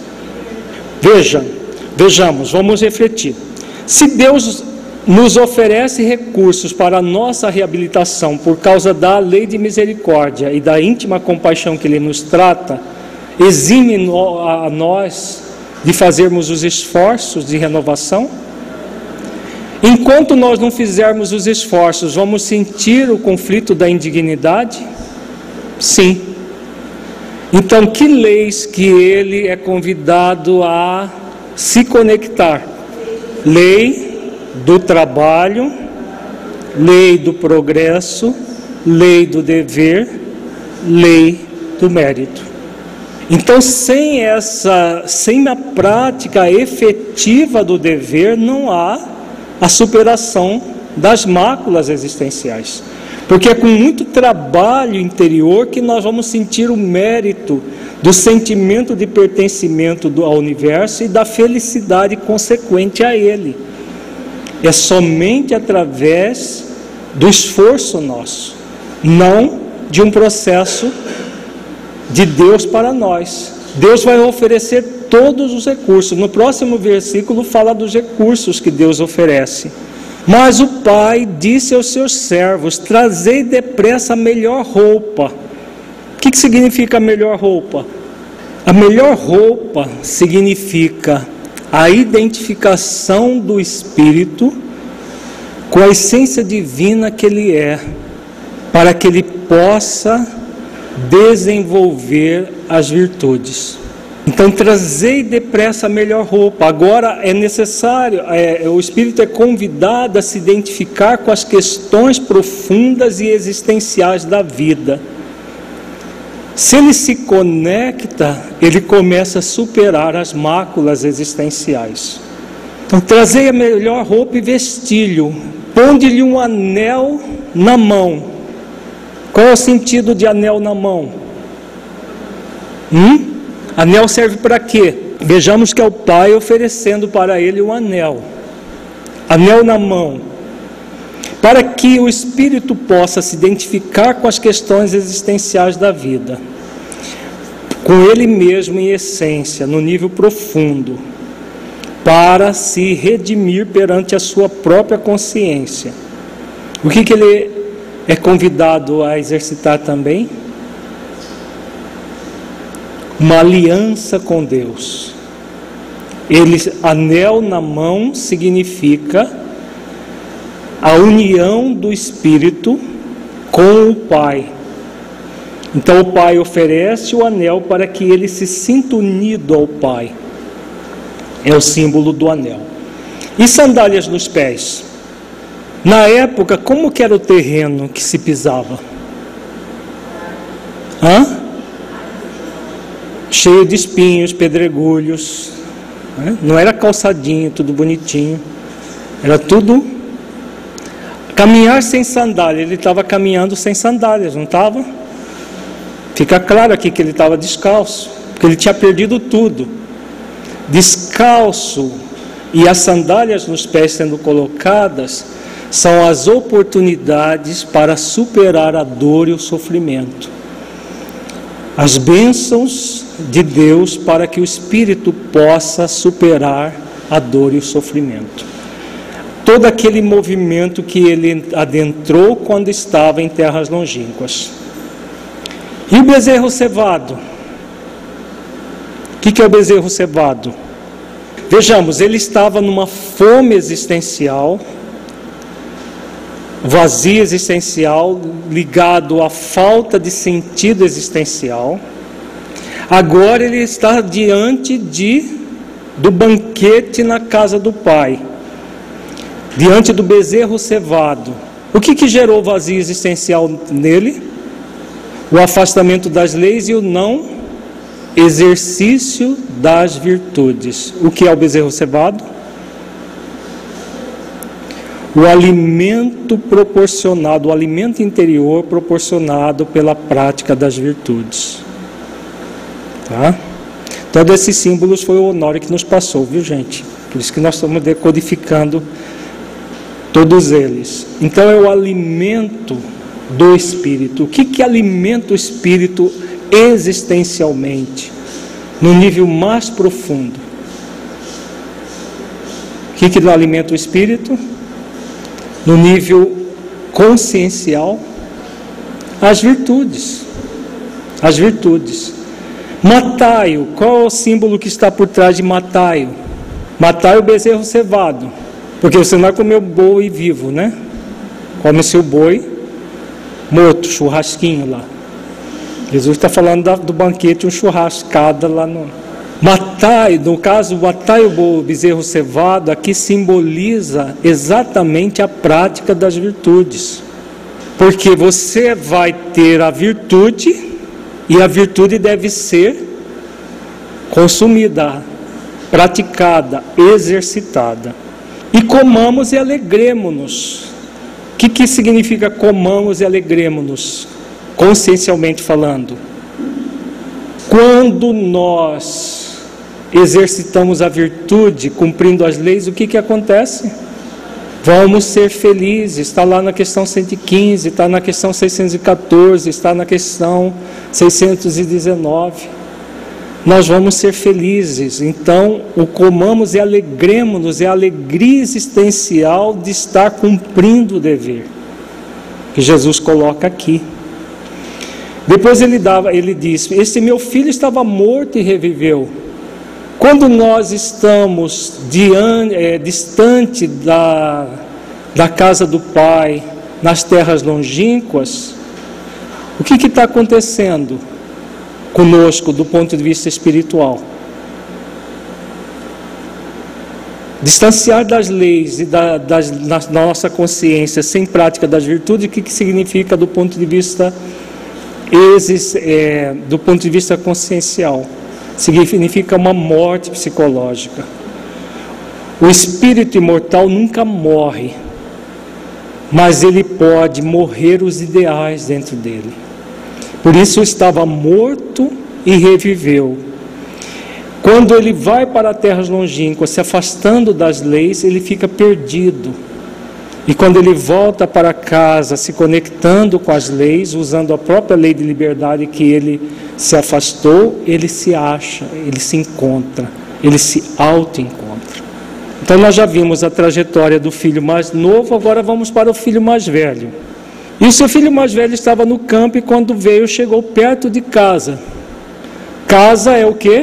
Vejamos, vamos refletir. Se Deus nos oferece recursos para a nossa reabilitação por causa da lei de misericórdia e da íntima compaixão que Ele nos trata, exime a nós de fazermos os esforços de renovação? Enquanto nós não fizermos os esforços, vamos sentir o conflito da indignidade? Sim. Então, que leis que Ele é convidado a se conectar? Lei do trabalho, lei do progresso, lei do dever, lei do mérito. Então, sem a prática efetiva do dever, não há a superação das máculas existenciais. Porque é com muito trabalho interior que nós vamos sentir o mérito do sentimento de pertencimento ao universo e da felicidade consequente a ele. É somente através do esforço nosso, não de um processo de Deus para nós. Deus vai oferecer todos os recursos. No próximo versículo fala dos recursos que Deus oferece. Mas o Pai disse aos seus servos: trazei depressa a melhor roupa. O que significa a melhor roupa? A melhor roupa significa a identificação do Espírito com a essência divina que Ele é, para que Ele possa desenvolver as virtudes. Então, trazei depressa a melhor roupa. Agora é necessário, o Espírito é convidado a se identificar com as questões profundas e existenciais da vida. Se ele se conecta, ele começa a superar as máculas existenciais. Então, trazei a melhor roupa e vestilho, ponde-lhe um anel na mão. Qual é o sentido de anel na mão? Anel serve para quê? Vejamos que é o Pai oferecendo para ele um anel. Anel na mão. Para que o espírito possa se identificar com as questões existenciais da vida. com Ele mesmo em essência, no nível profundo, para se redimir perante a sua própria consciência. O que ele é convidado a exercitar também? Uma aliança com Deus. Anel na mão significa a união do Espírito com o Pai. Então o Pai oferece o anel para que ele se sinta unido ao Pai. É o símbolo do anel. E sandálias nos pés? Na época, como que era o terreno que se pisava? Cheio de espinhos, pedregulhos, né? Não era calçadinho, tudo bonitinho. Era tudo... Caminhar sem sandália, ele estava caminhando sem sandálias, não estava? Fica claro aqui que ele estava descalço, porque ele tinha perdido tudo. Descalço e as sandálias nos pés sendo colocadas são as oportunidades para superar a dor e o sofrimento. As bênçãos de Deus para que o espírito possa superar a dor e o sofrimento. Todo aquele movimento que ele adentrou quando estava em terras longínquas. E o bezerro cevado? O que é o bezerro cevado? Vejamos, ele estava numa fome existencial, vazio existencial, ligado à falta de sentido existencial. Agora ele está diante do banquete na casa do Pai, diante do bezerro cevado. O que gerou vazio existencial nele? O afastamento das leis e o não exercício das virtudes. O que é o bezerro cevado? O alimento proporcionado, o alimento interior proporcionado pela prática das virtudes. Tá? Todos esses símbolos foi o Honório que nos passou, viu, gente? Por isso que nós estamos decodificando todos eles. Então é o alimento do espírito. O que alimenta o espírito existencialmente, no nível mais profundo? O que alimenta o espírito? No nível consciencial, as virtudes. As virtudes. Mataio, qual é o símbolo que está por trás de Mataio? Mataio é o bezerro cevado. Porque você não vai comer o boi vivo, né? Come-se o boi morto, churrasquinho lá. Jesus está falando do banquete, uma churrascada lá no... Matai, no caso, matai o bezerro cevado, aqui simboliza exatamente a prática das virtudes. Porque você vai ter a virtude, e a virtude deve ser consumida, praticada, exercitada. E comamos e alegremo-nos. O que significa comamos e alegremo-nos? Consciencialmente falando. Quando nós exercitamos a virtude, cumprindo as leis, o que acontece? Vamos ser felizes. Está lá na questão 115, está na questão 614, está na questão 619. Nós vamos ser felizes. Então, o comamos e alegremos-nos é a alegria existencial de estar cumprindo o dever, que Jesus coloca aqui. Depois ele diz: esse meu filho estava morto e reviveu. Quando nós estamos distante da casa do Pai, nas terras longínquas, o que está acontecendo conosco do ponto de vista espiritual? Distanciar das leis e da nossa consciência sem prática das virtudes, o que significa do ponto de vista consciencial? Significa uma morte psicológica. O espírito imortal nunca morre, mas ele pode morrer os ideais dentro dele. Por isso estava morto e reviveu. Quando ele vai para terras longínquas, se afastando das leis, ele fica perdido. E quando ele volta para casa, se conectando com as leis, usando a própria lei de liberdade que ele se afastou, ele se acha, ele se encontra, ele se auto-encontra. Então nós já vimos a trajetória do filho mais novo, agora vamos para o filho mais velho. E o seu filho mais velho estava no campo e quando veio, chegou perto de casa. Casa é o quê?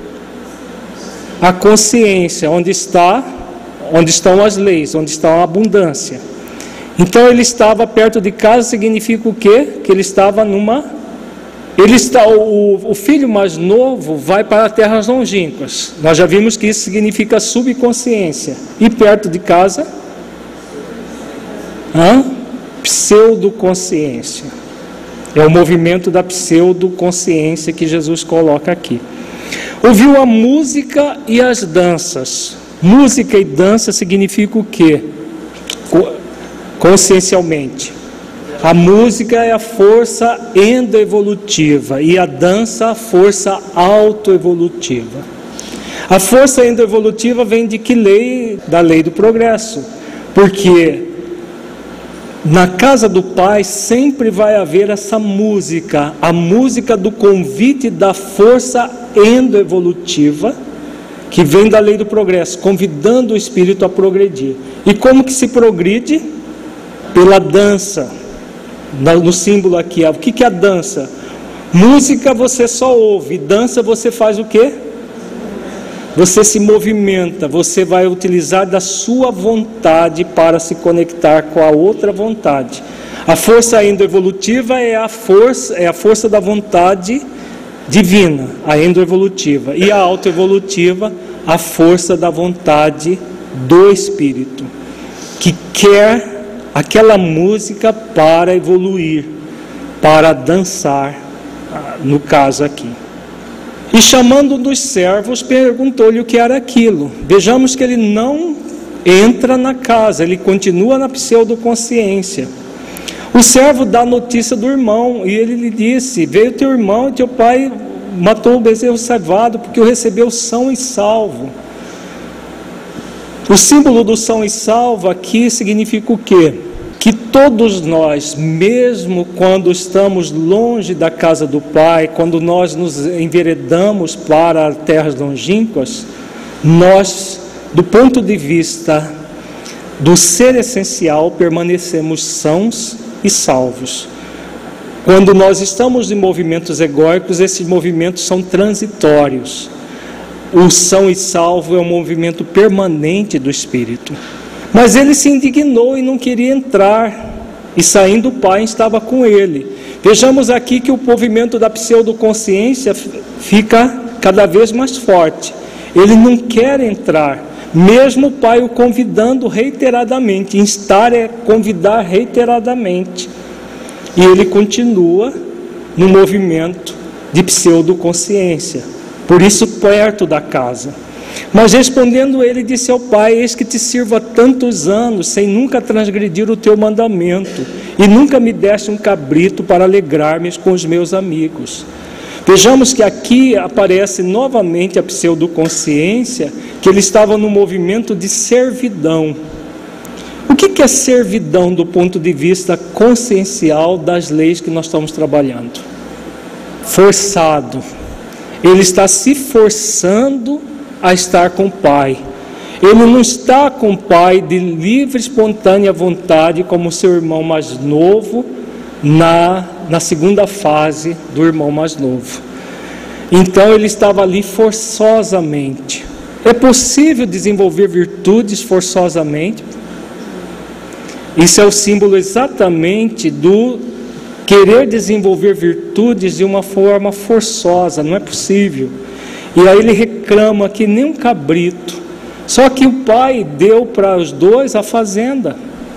A consciência, onde estão as leis, onde está a abundância. Então ele estava perto de casa, significa o quê? Que ele estava o filho mais novo vai para terras longínquas. Nós já vimos que isso significa subconsciência. E perto de casa? Pseudoconsciência. É o movimento da pseudoconsciência que Jesus coloca aqui. Ouviu a música e as danças. Música e dança significa o quê? Consciencialmente. A música é a força endoevolutiva e a dança a força autoevolutiva. A força endoevolutiva vem de que lei? Da lei do progresso. Porque na casa do Pai sempre vai haver essa música, a música do convite da força endoevolutiva, que vem da lei do progresso, convidando o espírito a progredir. E como que se progride? Pela dança. No símbolo aqui, o que é a dança? Música você só ouve, dança você faz o quê? Você se movimenta, você vai utilizar da sua vontade para se conectar com a outra vontade. A força endoevolutiva é a força da vontade divina, a endoevolutiva, e a autoevolutiva, a força da vontade do espírito, que quer aquela música para evoluir, para dançar, no caso aqui. E chamando um dos servos, perguntou-lhe o que era aquilo. Vejamos que ele não entra na casa, ele continua na pseudoconsciência. O servo dá notícia do irmão, e ele lhe disse: veio teu irmão e teu pai matou o bezerro cevado, porque o recebeu são e salvo. O símbolo do são e salvo aqui significa o quê? Que todos nós, mesmo quando estamos longe da casa do Pai, quando nós nos enveredamos para terras longínquas, nós, do ponto de vista do ser essencial, permanecemos sãos e salvos. Quando nós estamos em movimentos egóicos, esses movimentos são transitórios. O são e salvo é um movimento permanente do espírito. Mas ele se indignou e não queria entrar, e saindo o Pai estava com ele. Vejamos aqui que o movimento da pseudoconsciência fica cada vez mais forte. Ele não quer entrar, mesmo o Pai o convidando reiteradamente. Instar é convidar reiteradamente. E ele continua no movimento de pseudoconsciência, por isso perto da casa. Mas respondendo ele, disse ao Pai: eis que te sirvo há tantos anos, sem nunca transgredir o teu mandamento, e nunca me deste um cabrito para alegrar-me com os meus amigos. Vejamos que aqui aparece novamente a pseudoconsciência, que ele estava no movimento de servidão. O que é servidão do ponto de vista consciencial das leis que nós estamos trabalhando? Forçado. Ele está se forçando a estar com o Pai. Ele não está com o Pai de livre, espontânea vontade, como seu irmão mais novo, na segunda fase do irmão mais novo. Então ele estava ali forçosamente. É possível desenvolver virtudes forçosamente? Isso é o símbolo exatamente do querer desenvolver virtudes de uma forma forçosa, não é possível. E aí ele reclama que nem um cabrito. Só que o Pai deu para os dois a fazenda.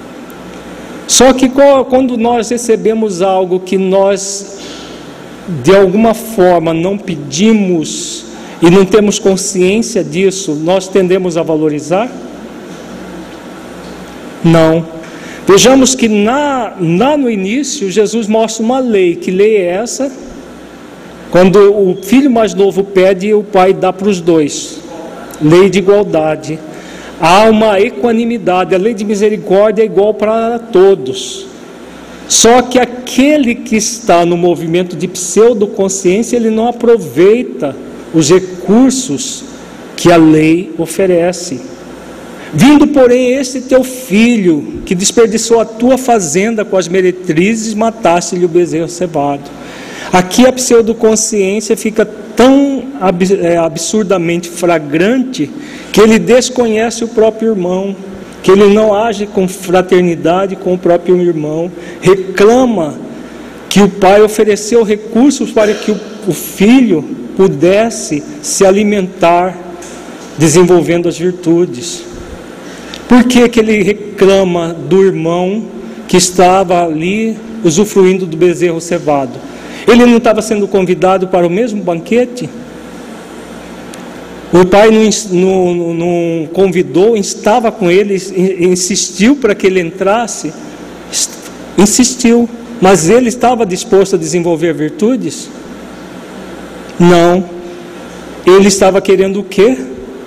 Só que quando nós recebemos algo que nós, de alguma forma, não pedimos e não temos consciência disso, nós tendemos a valorizar? Não. Vejamos que lá no início, Jesus mostra uma lei. Que lei é essa? Quando o filho mais novo pede, o pai dá para os dois. Lei de igualdade. há uma equanimidade, a lei de misericórdia é igual para todos. Só que aquele que está no movimento de pseudoconsciência, ele não aproveita os recursos que a lei oferece. Vindo, porém, esse teu filho, que desperdiçou a tua fazenda com as meretrizes, mataste-lhe o bezerro cevado. Aqui a pseudoconsciência fica tão absurdamente flagrante, que ele desconhece o próprio irmão, que ele não age com fraternidade com o próprio irmão, reclama que o pai ofereceu recursos para que o filho pudesse se alimentar, desenvolvendo as virtudes. Por que ele reclama do irmão que estava ali usufruindo do bezerro cevado? Ele não estava sendo convidado para o mesmo banquete? O pai não convidou, estava com ele, insistiu para que ele entrasse? Insistiu, mas ele estava disposto a desenvolver virtudes? Não. Ele estava querendo o quê?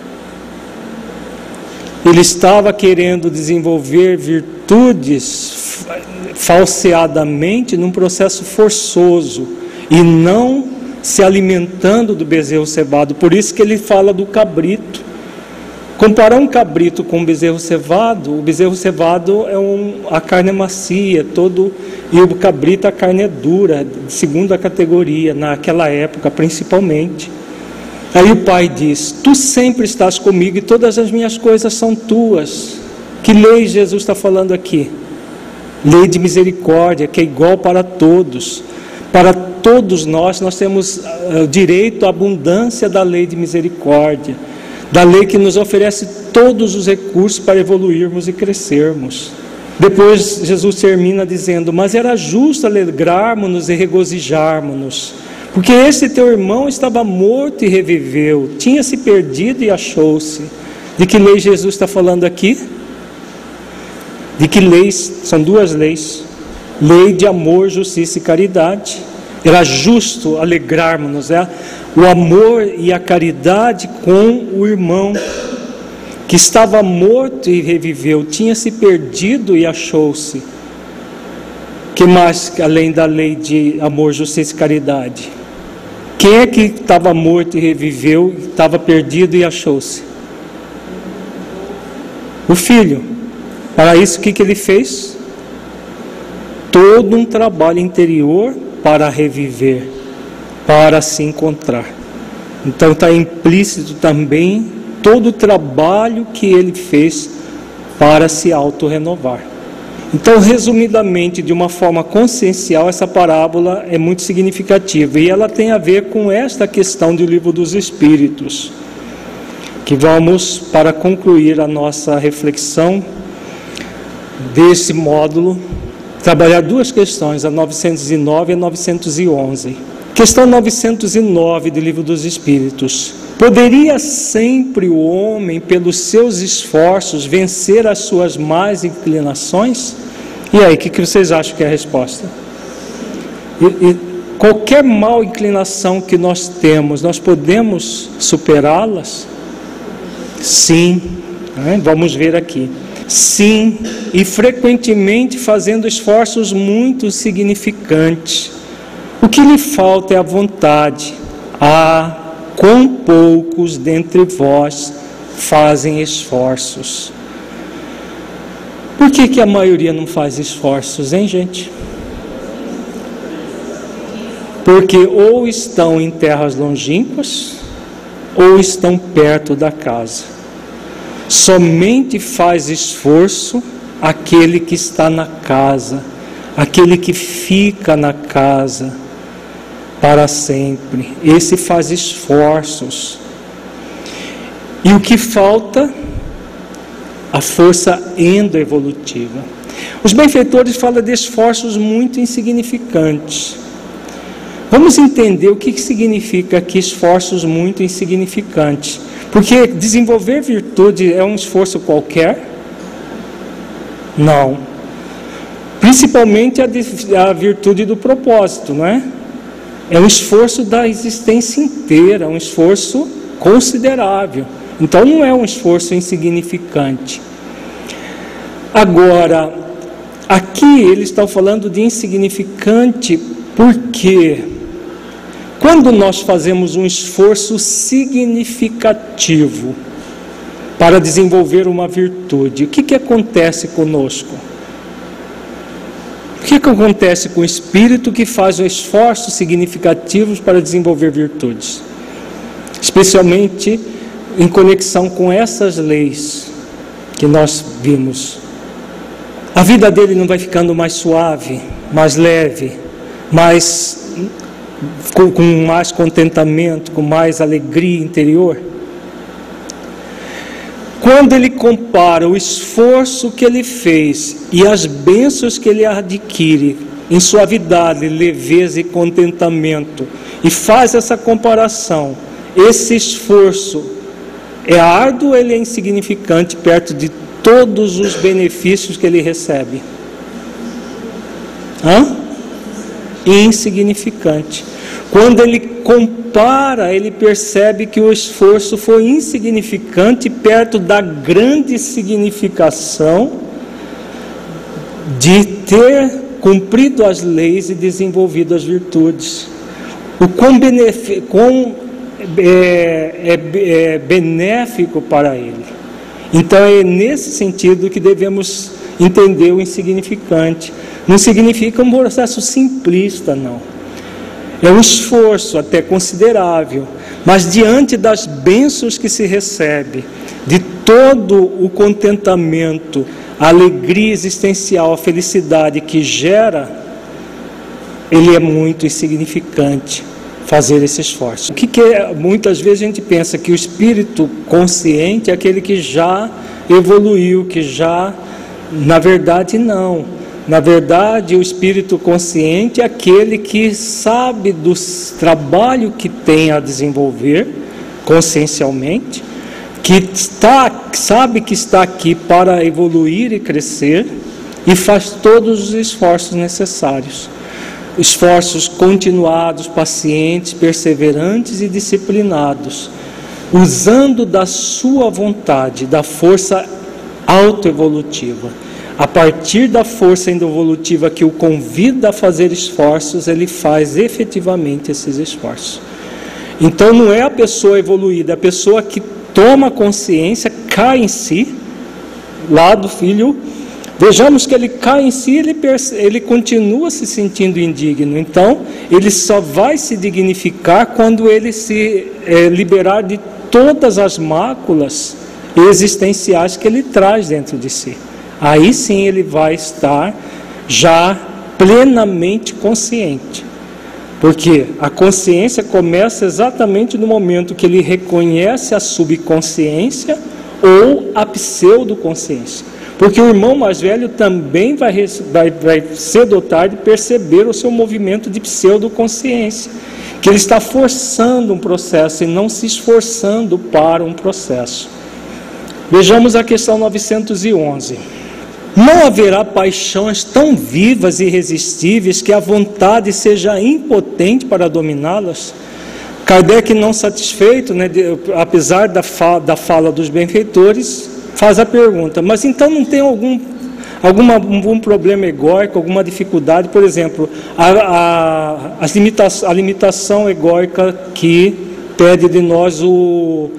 Ele estava querendo desenvolver virtudes falseadamente num processo forçoso e não se alimentando do bezerro cevado. Por isso que ele fala do cabrito. Comparar um cabrito com um bezerro cevado, o bezerro cevado a carne é macia, e o cabrito a carne é dura, de segunda categoria, naquela época principalmente. Aí o pai diz: tu sempre estás comigo e todas as minhas coisas são tuas. Que lei Jesus está falando aqui? Lei de misericórdia, que é igual para todos. Para todos nós temos direito à abundância da lei de misericórdia, da lei que nos oferece todos os recursos para evoluirmos e crescermos. Depois Jesus termina dizendo: mas era justo alegrarmos-nos e regozijarmos-nos, porque esse teu irmão estava morto e reviveu, tinha se perdido e achou-se. De que lei Jesus está falando aqui? De que leis? São duas leis: lei de amor, justiça e caridade. Era justo alegrarmos-nos, o amor e a caridade com o irmão que estava morto e reviveu, tinha se perdido e achou-se. Que mais além da lei de amor, justiça e caridade? Quem é que estava morto e reviveu, estava perdido e achou-se? O filho. Para isso, o que ele fez? Todo um trabalho interior para reviver, para se encontrar. Então está implícito também todo o trabalho que ele fez para se auto-renovar. Então, resumidamente, de uma forma consciencial, essa parábola é muito significativa, e ela tem a ver com esta questão do Livro dos Espíritos, que vamos, para concluir a nossa reflexão desse módulo, trabalhar duas questões, a 909 e a 911. Questão 909 do Livro dos Espíritos: poderia sempre o homem, pelos seus esforços, vencer as suas más inclinações? E aí, o que vocês acham que é a resposta? Qualquer mal inclinação que nós temos, nós podemos superá-las? Sim, vamos ver aqui. Sim, e frequentemente fazendo esforços muito significantes. O que lhe falta é a vontade. Quão poucos dentre vós fazem esforços. Por que a maioria não faz esforços, hein, gente? Porque ou estão em terras longínquas, ou estão perto da casa. Somente faz esforço aquele que está na casa, aquele que fica na casa para sempre. Esse faz esforços. E o que falta? A força endoevolutiva. Os benfeitores falam de esforços muito insignificantes. Vamos entender o que significa aqui esforços muito insignificantes. Porque desenvolver virtude é um esforço qualquer? Não. Principalmente a virtude do propósito, não é? É um esforço da existência inteira, um esforço considerável. Então não é um esforço insignificante. Agora, aqui eles estão falando de insignificante porque quando nós fazemos um esforço significativo para desenvolver uma virtude, o que acontece conosco? O que acontece com o espírito que faz esforços significativos para desenvolver virtudes? Especialmente em conexão com essas leis que nós vimos. A vida dele não vai ficando mais suave, mais leve, com mais contentamento, com mais alegria interior? Quando ele compara o esforço que ele fez e as bênçãos que ele adquire em suavidade, leveza e contentamento, e faz essa comparação, esse esforço é árduo ou ele é insignificante perto de todos os benefícios que ele recebe? Insignificante. Quando ele compara, ele percebe que o esforço foi insignificante perto da grande significação de ter cumprido as leis e desenvolvido as virtudes. O quão benéfico para ele. Então é nesse sentido que devemos entender o insignificante. Não significa um processo simplista, não. É um esforço até considerável, mas diante das bênçãos que se recebe, de todo o contentamento, a alegria existencial, a felicidade que gera, ele é muito insignificante fazer esse esforço. O que é? Muitas vezes a gente pensa que o espírito consciente é aquele que já evoluiu, que já, na verdade não. Na verdade, o espírito consciente é aquele que sabe do trabalho que tem a desenvolver consciencialmente, que sabe que está aqui para evoluir e crescer e faz todos os esforços necessários. Esforços continuados, pacientes, perseverantes e disciplinados, usando da sua vontade, da força autoevolutiva. A partir da força evolutiva que o convida a fazer esforços, ele faz efetivamente esses esforços. Então não é a pessoa evoluída, é a pessoa que toma consciência, cai em si, lá do filho. Vejamos que ele cai em si, ele continua se sentindo indigno. Então ele só vai se dignificar quando ele se liberar de todas as máculas existenciais que ele traz dentro de si. Aí sim ele vai estar já plenamente consciente. Porque a consciência começa exatamente no momento que ele reconhece a subconsciência ou a pseudoconsciência. Porque o irmão mais velho também vai cedo ou tarde perceber o seu movimento de pseudoconsciência. Que ele está forçando um processo e não se esforçando para um processo. Vejamos a questão 911. Não haverá paixões tão vivas e irresistíveis que a vontade seja impotente para dominá-las? Kardec, não satisfeito, apesar da fala dos benfeitores, faz a pergunta, mas então não tem algum problema egóico, alguma dificuldade? Por exemplo, a limitação egóica que pede de nós o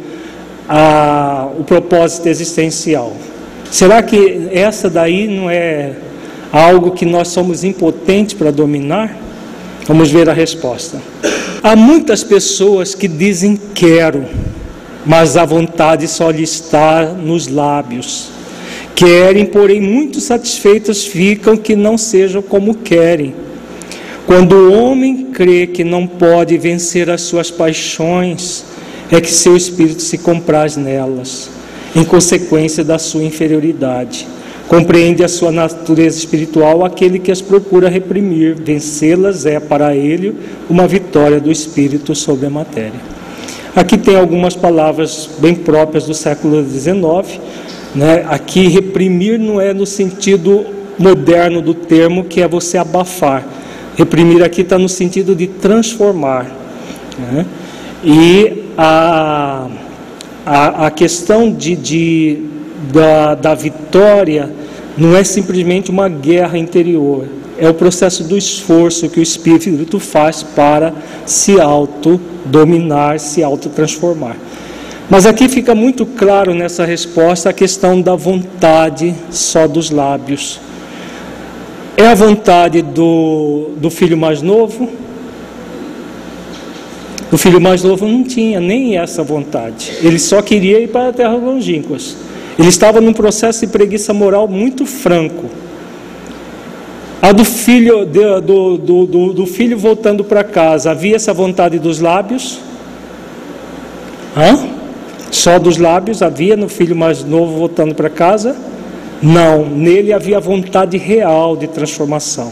propósito existencial. Será que essa daí não é algo que nós somos impotentes para dominar? Vamos ver a resposta. Há muitas pessoas que dizem quero, mas a vontade só lhe está nos lábios. Querem, porém muito satisfeitas ficam que não sejam como querem. Quando o homem crê que não pode vencer as suas paixões, é que seu espírito se compraz nelas, em consequência da sua inferioridade. Compreende a sua natureza espiritual aquele que as procura reprimir. Vencê-las é para ele uma vitória do espírito sobre a matéria. Aqui tem algumas palavras bem próprias do século XIX. Aqui reprimir não é no sentido moderno do termo, que é você abafar. Reprimir aqui está no sentido de transformar. E a a questão da vitória não é simplesmente uma guerra interior, é o processo do esforço que o Espírito faz para se autodominar, se autotransformar. Mas aqui fica muito claro nessa resposta a questão da vontade só dos lábios. É a vontade do filho mais novo? O filho mais novo não tinha nem essa vontade. Ele só queria ir para a terra longínquas. Ele estava num processo de preguiça moral muito franco. A do filho, do filho voltando para casa, havia essa vontade dos lábios? Só dos lábios havia no filho mais novo voltando para casa? Não, nele havia vontade real de transformação.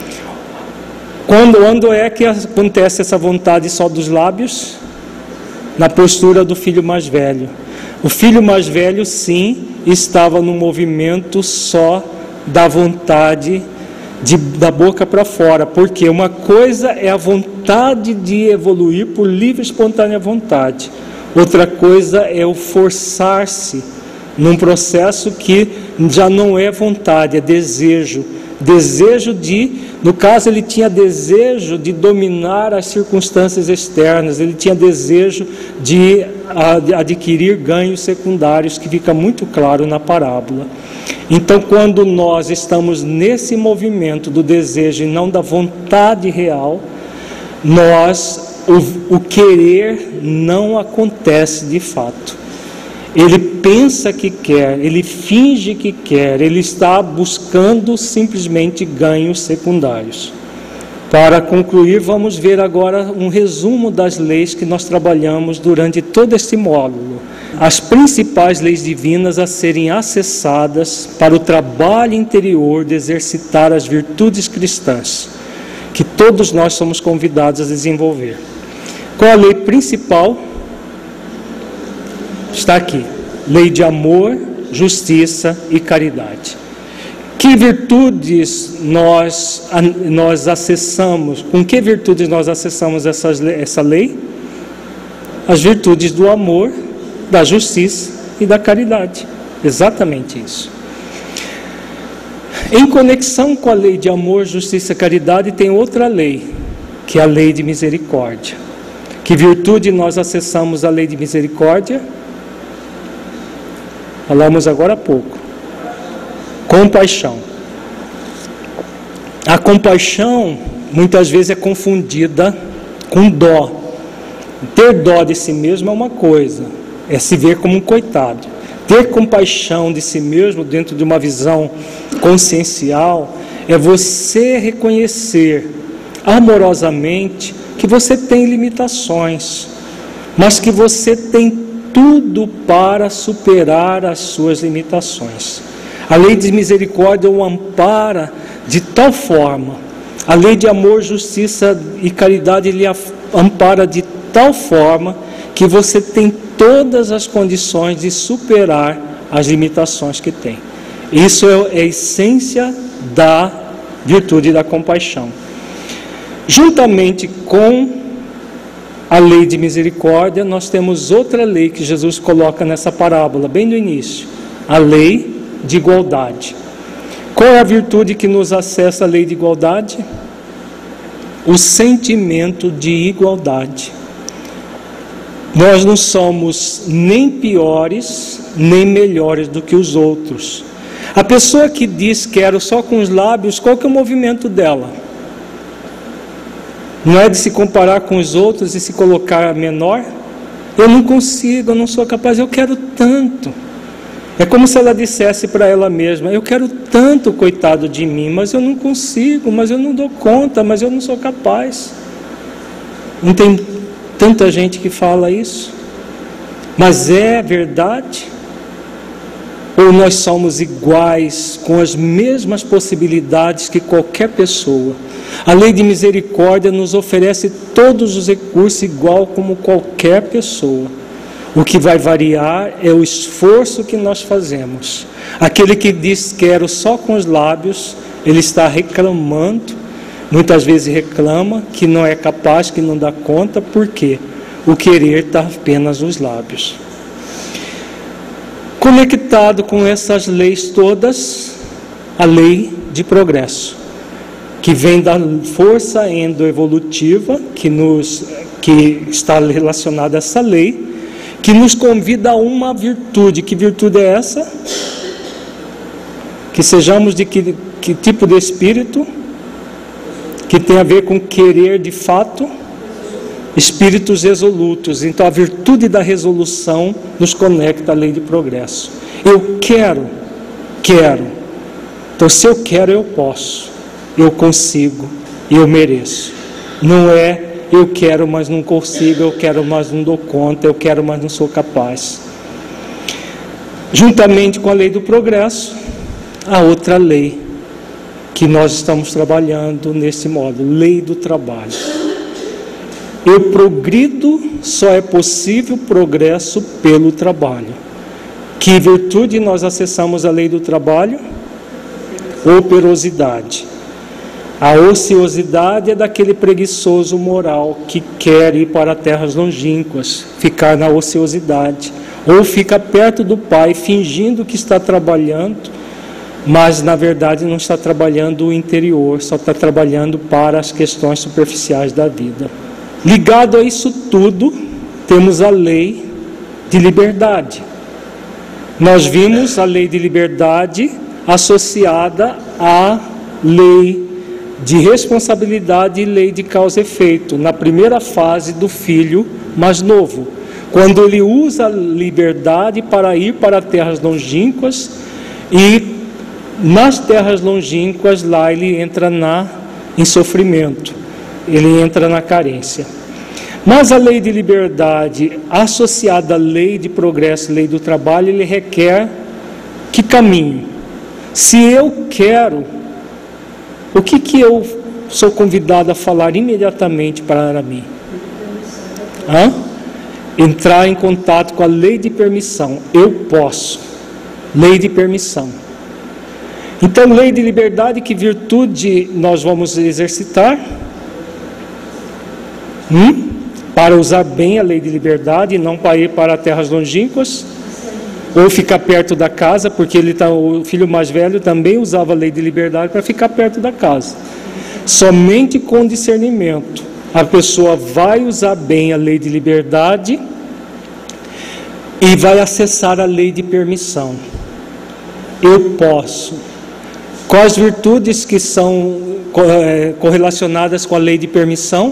Quando é que acontece essa vontade só dos lábios? Na postura do filho mais velho. O filho mais velho, sim, estava no movimento só da vontade da boca para fora, porque uma coisa é a vontade de evoluir por livre e espontânea vontade, outra coisa é o forçar-se num processo que já não é vontade, é desejo no caso ele tinha desejo de dominar as circunstâncias externas, ele tinha desejo de adquirir ganhos secundários, que fica muito claro na parábola. Então, quando nós estamos nesse movimento do desejo e não da vontade real, o querer não acontece de fato. Ele pensa que quer, ele finge que quer, ele está buscando simplesmente ganhos secundários. Para concluir, vamos ver agora um resumo das leis que nós trabalhamos durante todo este módulo. As principais leis divinas a serem acessadas para o trabalho interior de exercitar as virtudes cristãs, que todos nós somos convidados a desenvolver. Qual a lei principal? Está aqui, lei de amor, justiça e caridade. Que virtudes nós acessamos? Com que virtudes nós acessamos essa lei? As virtudes do amor, da justiça e da caridade. Exatamente isso. Em conexão com a lei de amor, justiça e caridade, tem outra lei, que é a lei de misericórdia. Que virtude nós acessamos a lei de misericórdia? Falamos agora há pouco. Compaixão. A compaixão muitas vezes é confundida com dó. Ter dó de si mesmo é uma coisa, é se ver como um coitado. Ter compaixão de si mesmo dentro de uma visão consciencial é você reconhecer amorosamente que você tem limitações, mas que você tem tudo para superar as suas limitações. A lei de misericórdia o ampara de tal forma, a lei de amor, justiça e caridade ele ampara de tal forma que você tem todas as condições de superar as limitações que tem. Isso é a essência da virtude da compaixão. Juntamente com a lei de misericórdia, nós temos outra lei que Jesus coloca nessa parábola, bem no início, a lei de igualdade. Qual é a virtude que nos acessa a lei de igualdade? O sentimento de igualdade. Nós não somos nem piores, nem melhores do que os outros. A pessoa que diz quero só com os lábios, qual que é o movimento dela? Não é de se comparar com os outros e se colocar menor? Eu não consigo, eu não sou capaz, eu quero tanto. É como se ela dissesse para ela mesma, eu quero tanto, coitado de mim, mas eu não consigo, mas eu não dou conta, mas eu não sou capaz. Não tem tanta gente que fala isso? Mas é verdade? Ou nós somos iguais, com as mesmas possibilidades que qualquer pessoa? A lei de misericórdia nos oferece todos os recursos igual como qualquer pessoa. O que vai variar é o esforço que nós fazemos. Aquele que diz quero só com os lábios, ele está reclamando, muitas vezes reclama que não é capaz, que não dá conta, porque o querer está apenas nos lábios. Conectado com essas leis todas, a lei de progresso, que vem da força endoevolutiva, que está relacionada a essa lei, que nos convida a uma virtude. Que virtude é essa? Que sejamos de que tipo de espírito? Que tem a ver com querer de fato? Espíritos resolutos. Então a virtude da resolução nos conecta à lei de progresso. Eu quero. Então se eu quero, eu posso, eu consigo, eu mereço. Não é eu quero, mas não consigo, eu quero, mas não dou conta, eu quero, mas não sou capaz. Juntamente com a lei do progresso, a outra lei que nós estamos trabalhando nesse modo, lei do trabalho. Eu progrido, só é possível progresso pelo trabalho. Que virtude nós acessamos a lei do trabalho? Operosidade. A ociosidade é daquele preguiçoso moral que quer ir para terras longínquas, ficar na ociosidade, ou fica perto do pai fingindo que está trabalhando, mas na verdade não está trabalhando o interior, só está trabalhando para as questões superficiais da vida. Ligado a isso tudo, temos a lei de liberdade. Nós vimos a lei de liberdade associada à lei de responsabilidade e lei de causa e efeito, na primeira fase do filho mais novo, quando ele usa a liberdade para ir para terras longínquas, e nas terras longínquas lá ele entra em sofrimento, ele entra na carência. Mas a lei de liberdade associada à lei de progresso, lei do trabalho, ele requer que caminho? Se eu quero, o que eu sou convidado a falar imediatamente para mim? Entrar em contato com a lei de permissão. Eu posso. Lei de permissão. Então, lei de liberdade, que virtude nós vamos exercitar? Para usar bem a lei de liberdade e não para ir para terras longínquas? Ou ficar perto da casa, porque o filho mais velho também usava a lei de liberdade para ficar perto da casa. Somente com discernimento a pessoa vai usar bem a lei de liberdade e vai acessar a lei de permissão. Eu posso. Quais virtudes que são correlacionadas com a lei de permissão?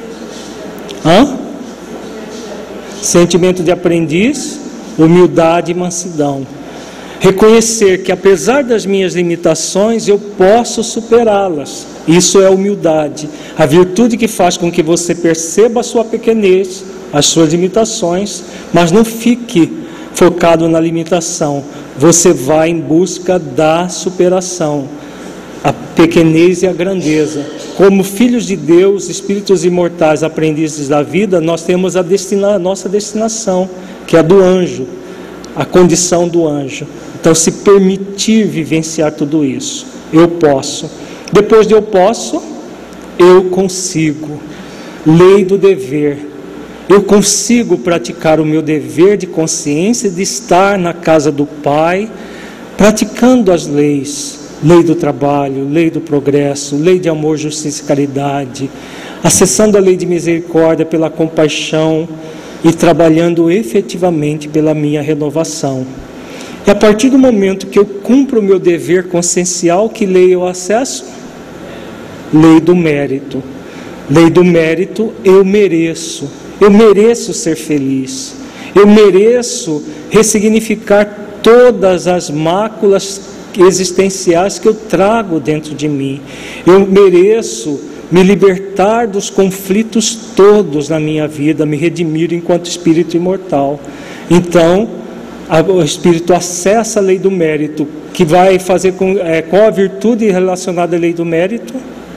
Sentimento de aprendiz, humildade e mansidão. Reconhecer que apesar das minhas limitações, eu posso superá-las. Isso é humildade. A virtude que faz com que você perceba a sua pequenez, as suas limitações, mas não fique focado na limitação. Você vai em busca da superação, a pequenez e a grandeza. Como filhos de Deus, espíritos imortais, aprendizes da vida, nós temos a nossa destinação, que é a do anjo, a condição do anjo. Então, se permitir vivenciar tudo isso, eu posso. Depois de eu posso, eu consigo. Lei do dever. Eu consigo praticar o meu dever de consciência de estar na casa do Pai, praticando as leis. Lei do trabalho, lei do progresso, lei de amor, justiça e caridade, acessando a lei de misericórdia pela compaixão e trabalhando efetivamente pela minha renovação. E a partir do momento que eu cumpro o meu dever consciencial, que lei eu acesso? Lei do mérito. Lei do mérito, eu mereço ser feliz, eu mereço ressignificar todas as máculas existenciais que eu trago dentro de mim, eu mereço me libertar dos conflitos todos na minha vida, me redimir enquanto espírito imortal. Então, o espírito acessa a lei do mérito, que vai fazer qual a virtude relacionada à lei do mérito?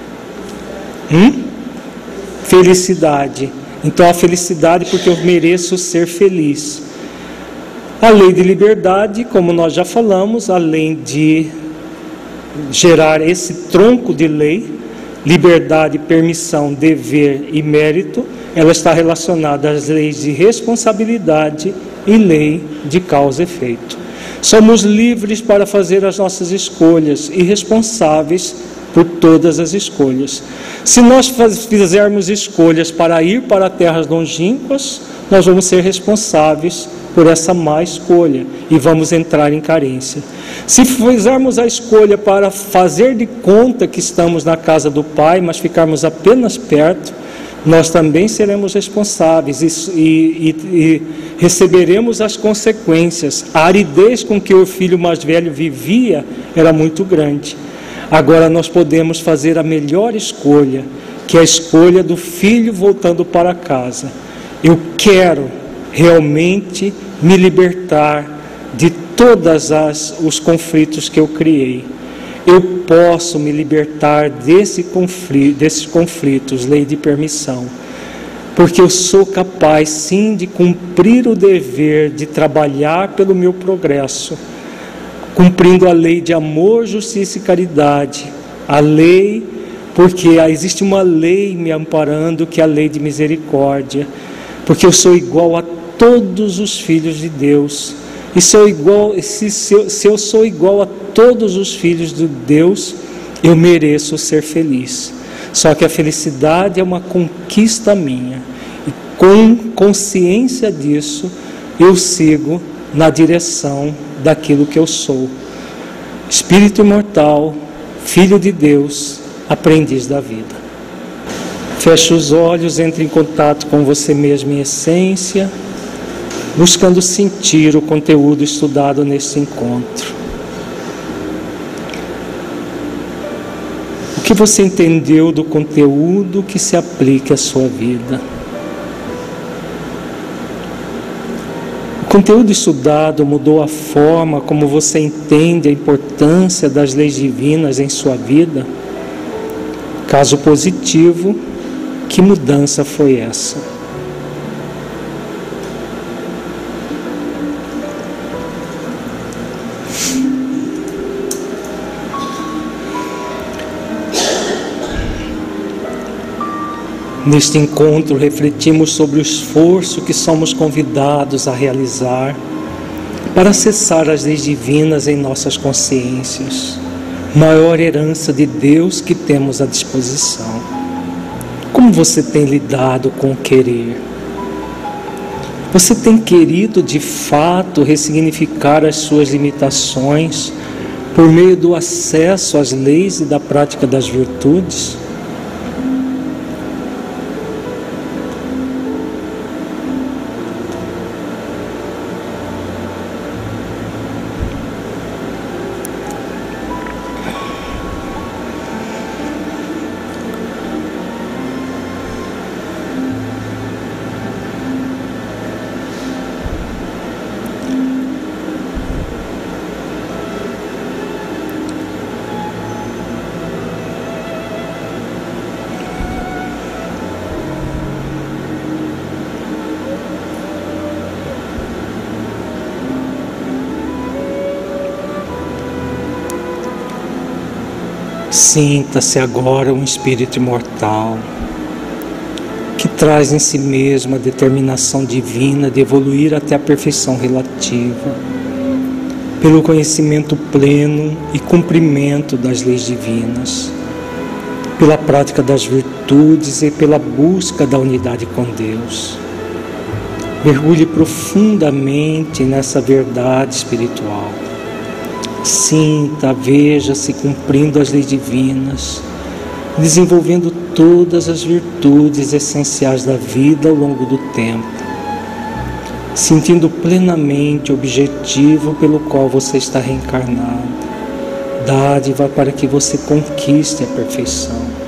Felicidade. Então, a felicidade porque eu mereço ser feliz. A lei de liberdade, como nós já falamos, além de gerar esse tronco de lei, liberdade, permissão, dever e mérito, ela está relacionada às leis de responsabilidade e lei de causa e efeito. Somos livres para fazer as nossas escolhas e responsáveis por todas as escolhas. Se nós fizermos escolhas para ir para terras longínquas, nós vamos ser responsáveis por essa má escolha e vamos entrar em carência. Se fizermos a escolha para fazer de conta que estamos na casa do Pai, mas ficarmos apenas perto, nós também seremos responsáveis e receberemos as consequências. A aridez com que o filho mais velho vivia era muito grande. Agora nós podemos fazer a melhor escolha, que é a escolha do filho voltando para casa. Eu quero realmente me libertar de todos os conflitos que eu criei. Eu posso me libertar desses conflitos, lei de permissão, porque eu sou capaz sim de cumprir o dever de trabalhar pelo meu progresso, cumprindo a lei de amor, justiça e caridade. A lei, porque existe uma lei me amparando, que é a lei de misericórdia, porque eu sou igual a todos os filhos de Deus. E se eu sou igual a todos os filhos de Deus, eu mereço ser feliz. Só que a felicidade é uma conquista minha. E com consciência disso, eu sigo na direção daquilo que eu sou. Espírito imortal, Filho de Deus, aprendiz da vida. Feche os olhos, entre em contato com você mesmo em essência, buscando sentir o conteúdo estudado nesse encontro. O que você entendeu do conteúdo que se aplica à sua vida? O conteúdo estudado mudou a forma como você entende a importância das leis divinas em sua vida? Caso positivo, que mudança foi essa? Neste encontro, refletimos sobre o esforço que somos convidados a realizar para acessar as leis divinas em nossas consciências, maior herança de Deus que temos à disposição. Como você tem lidado com o querer? Você tem querido de fato ressignificar as suas limitações por meio do acesso às leis e da prática das virtudes? Sinta-se agora um espírito imortal que traz em si mesmo a determinação divina de evoluir até a perfeição relativa, pelo conhecimento pleno e cumprimento das leis divinas, pela prática das virtudes e pela busca da unidade com Deus. Mergulhe profundamente nessa verdade espiritual. Sinta, veja-se cumprindo as leis divinas, desenvolvendo todas as virtudes essenciais da vida ao longo do tempo, sentindo plenamente o objetivo pelo qual você está reencarnado, dádiva para que você conquiste a perfeição.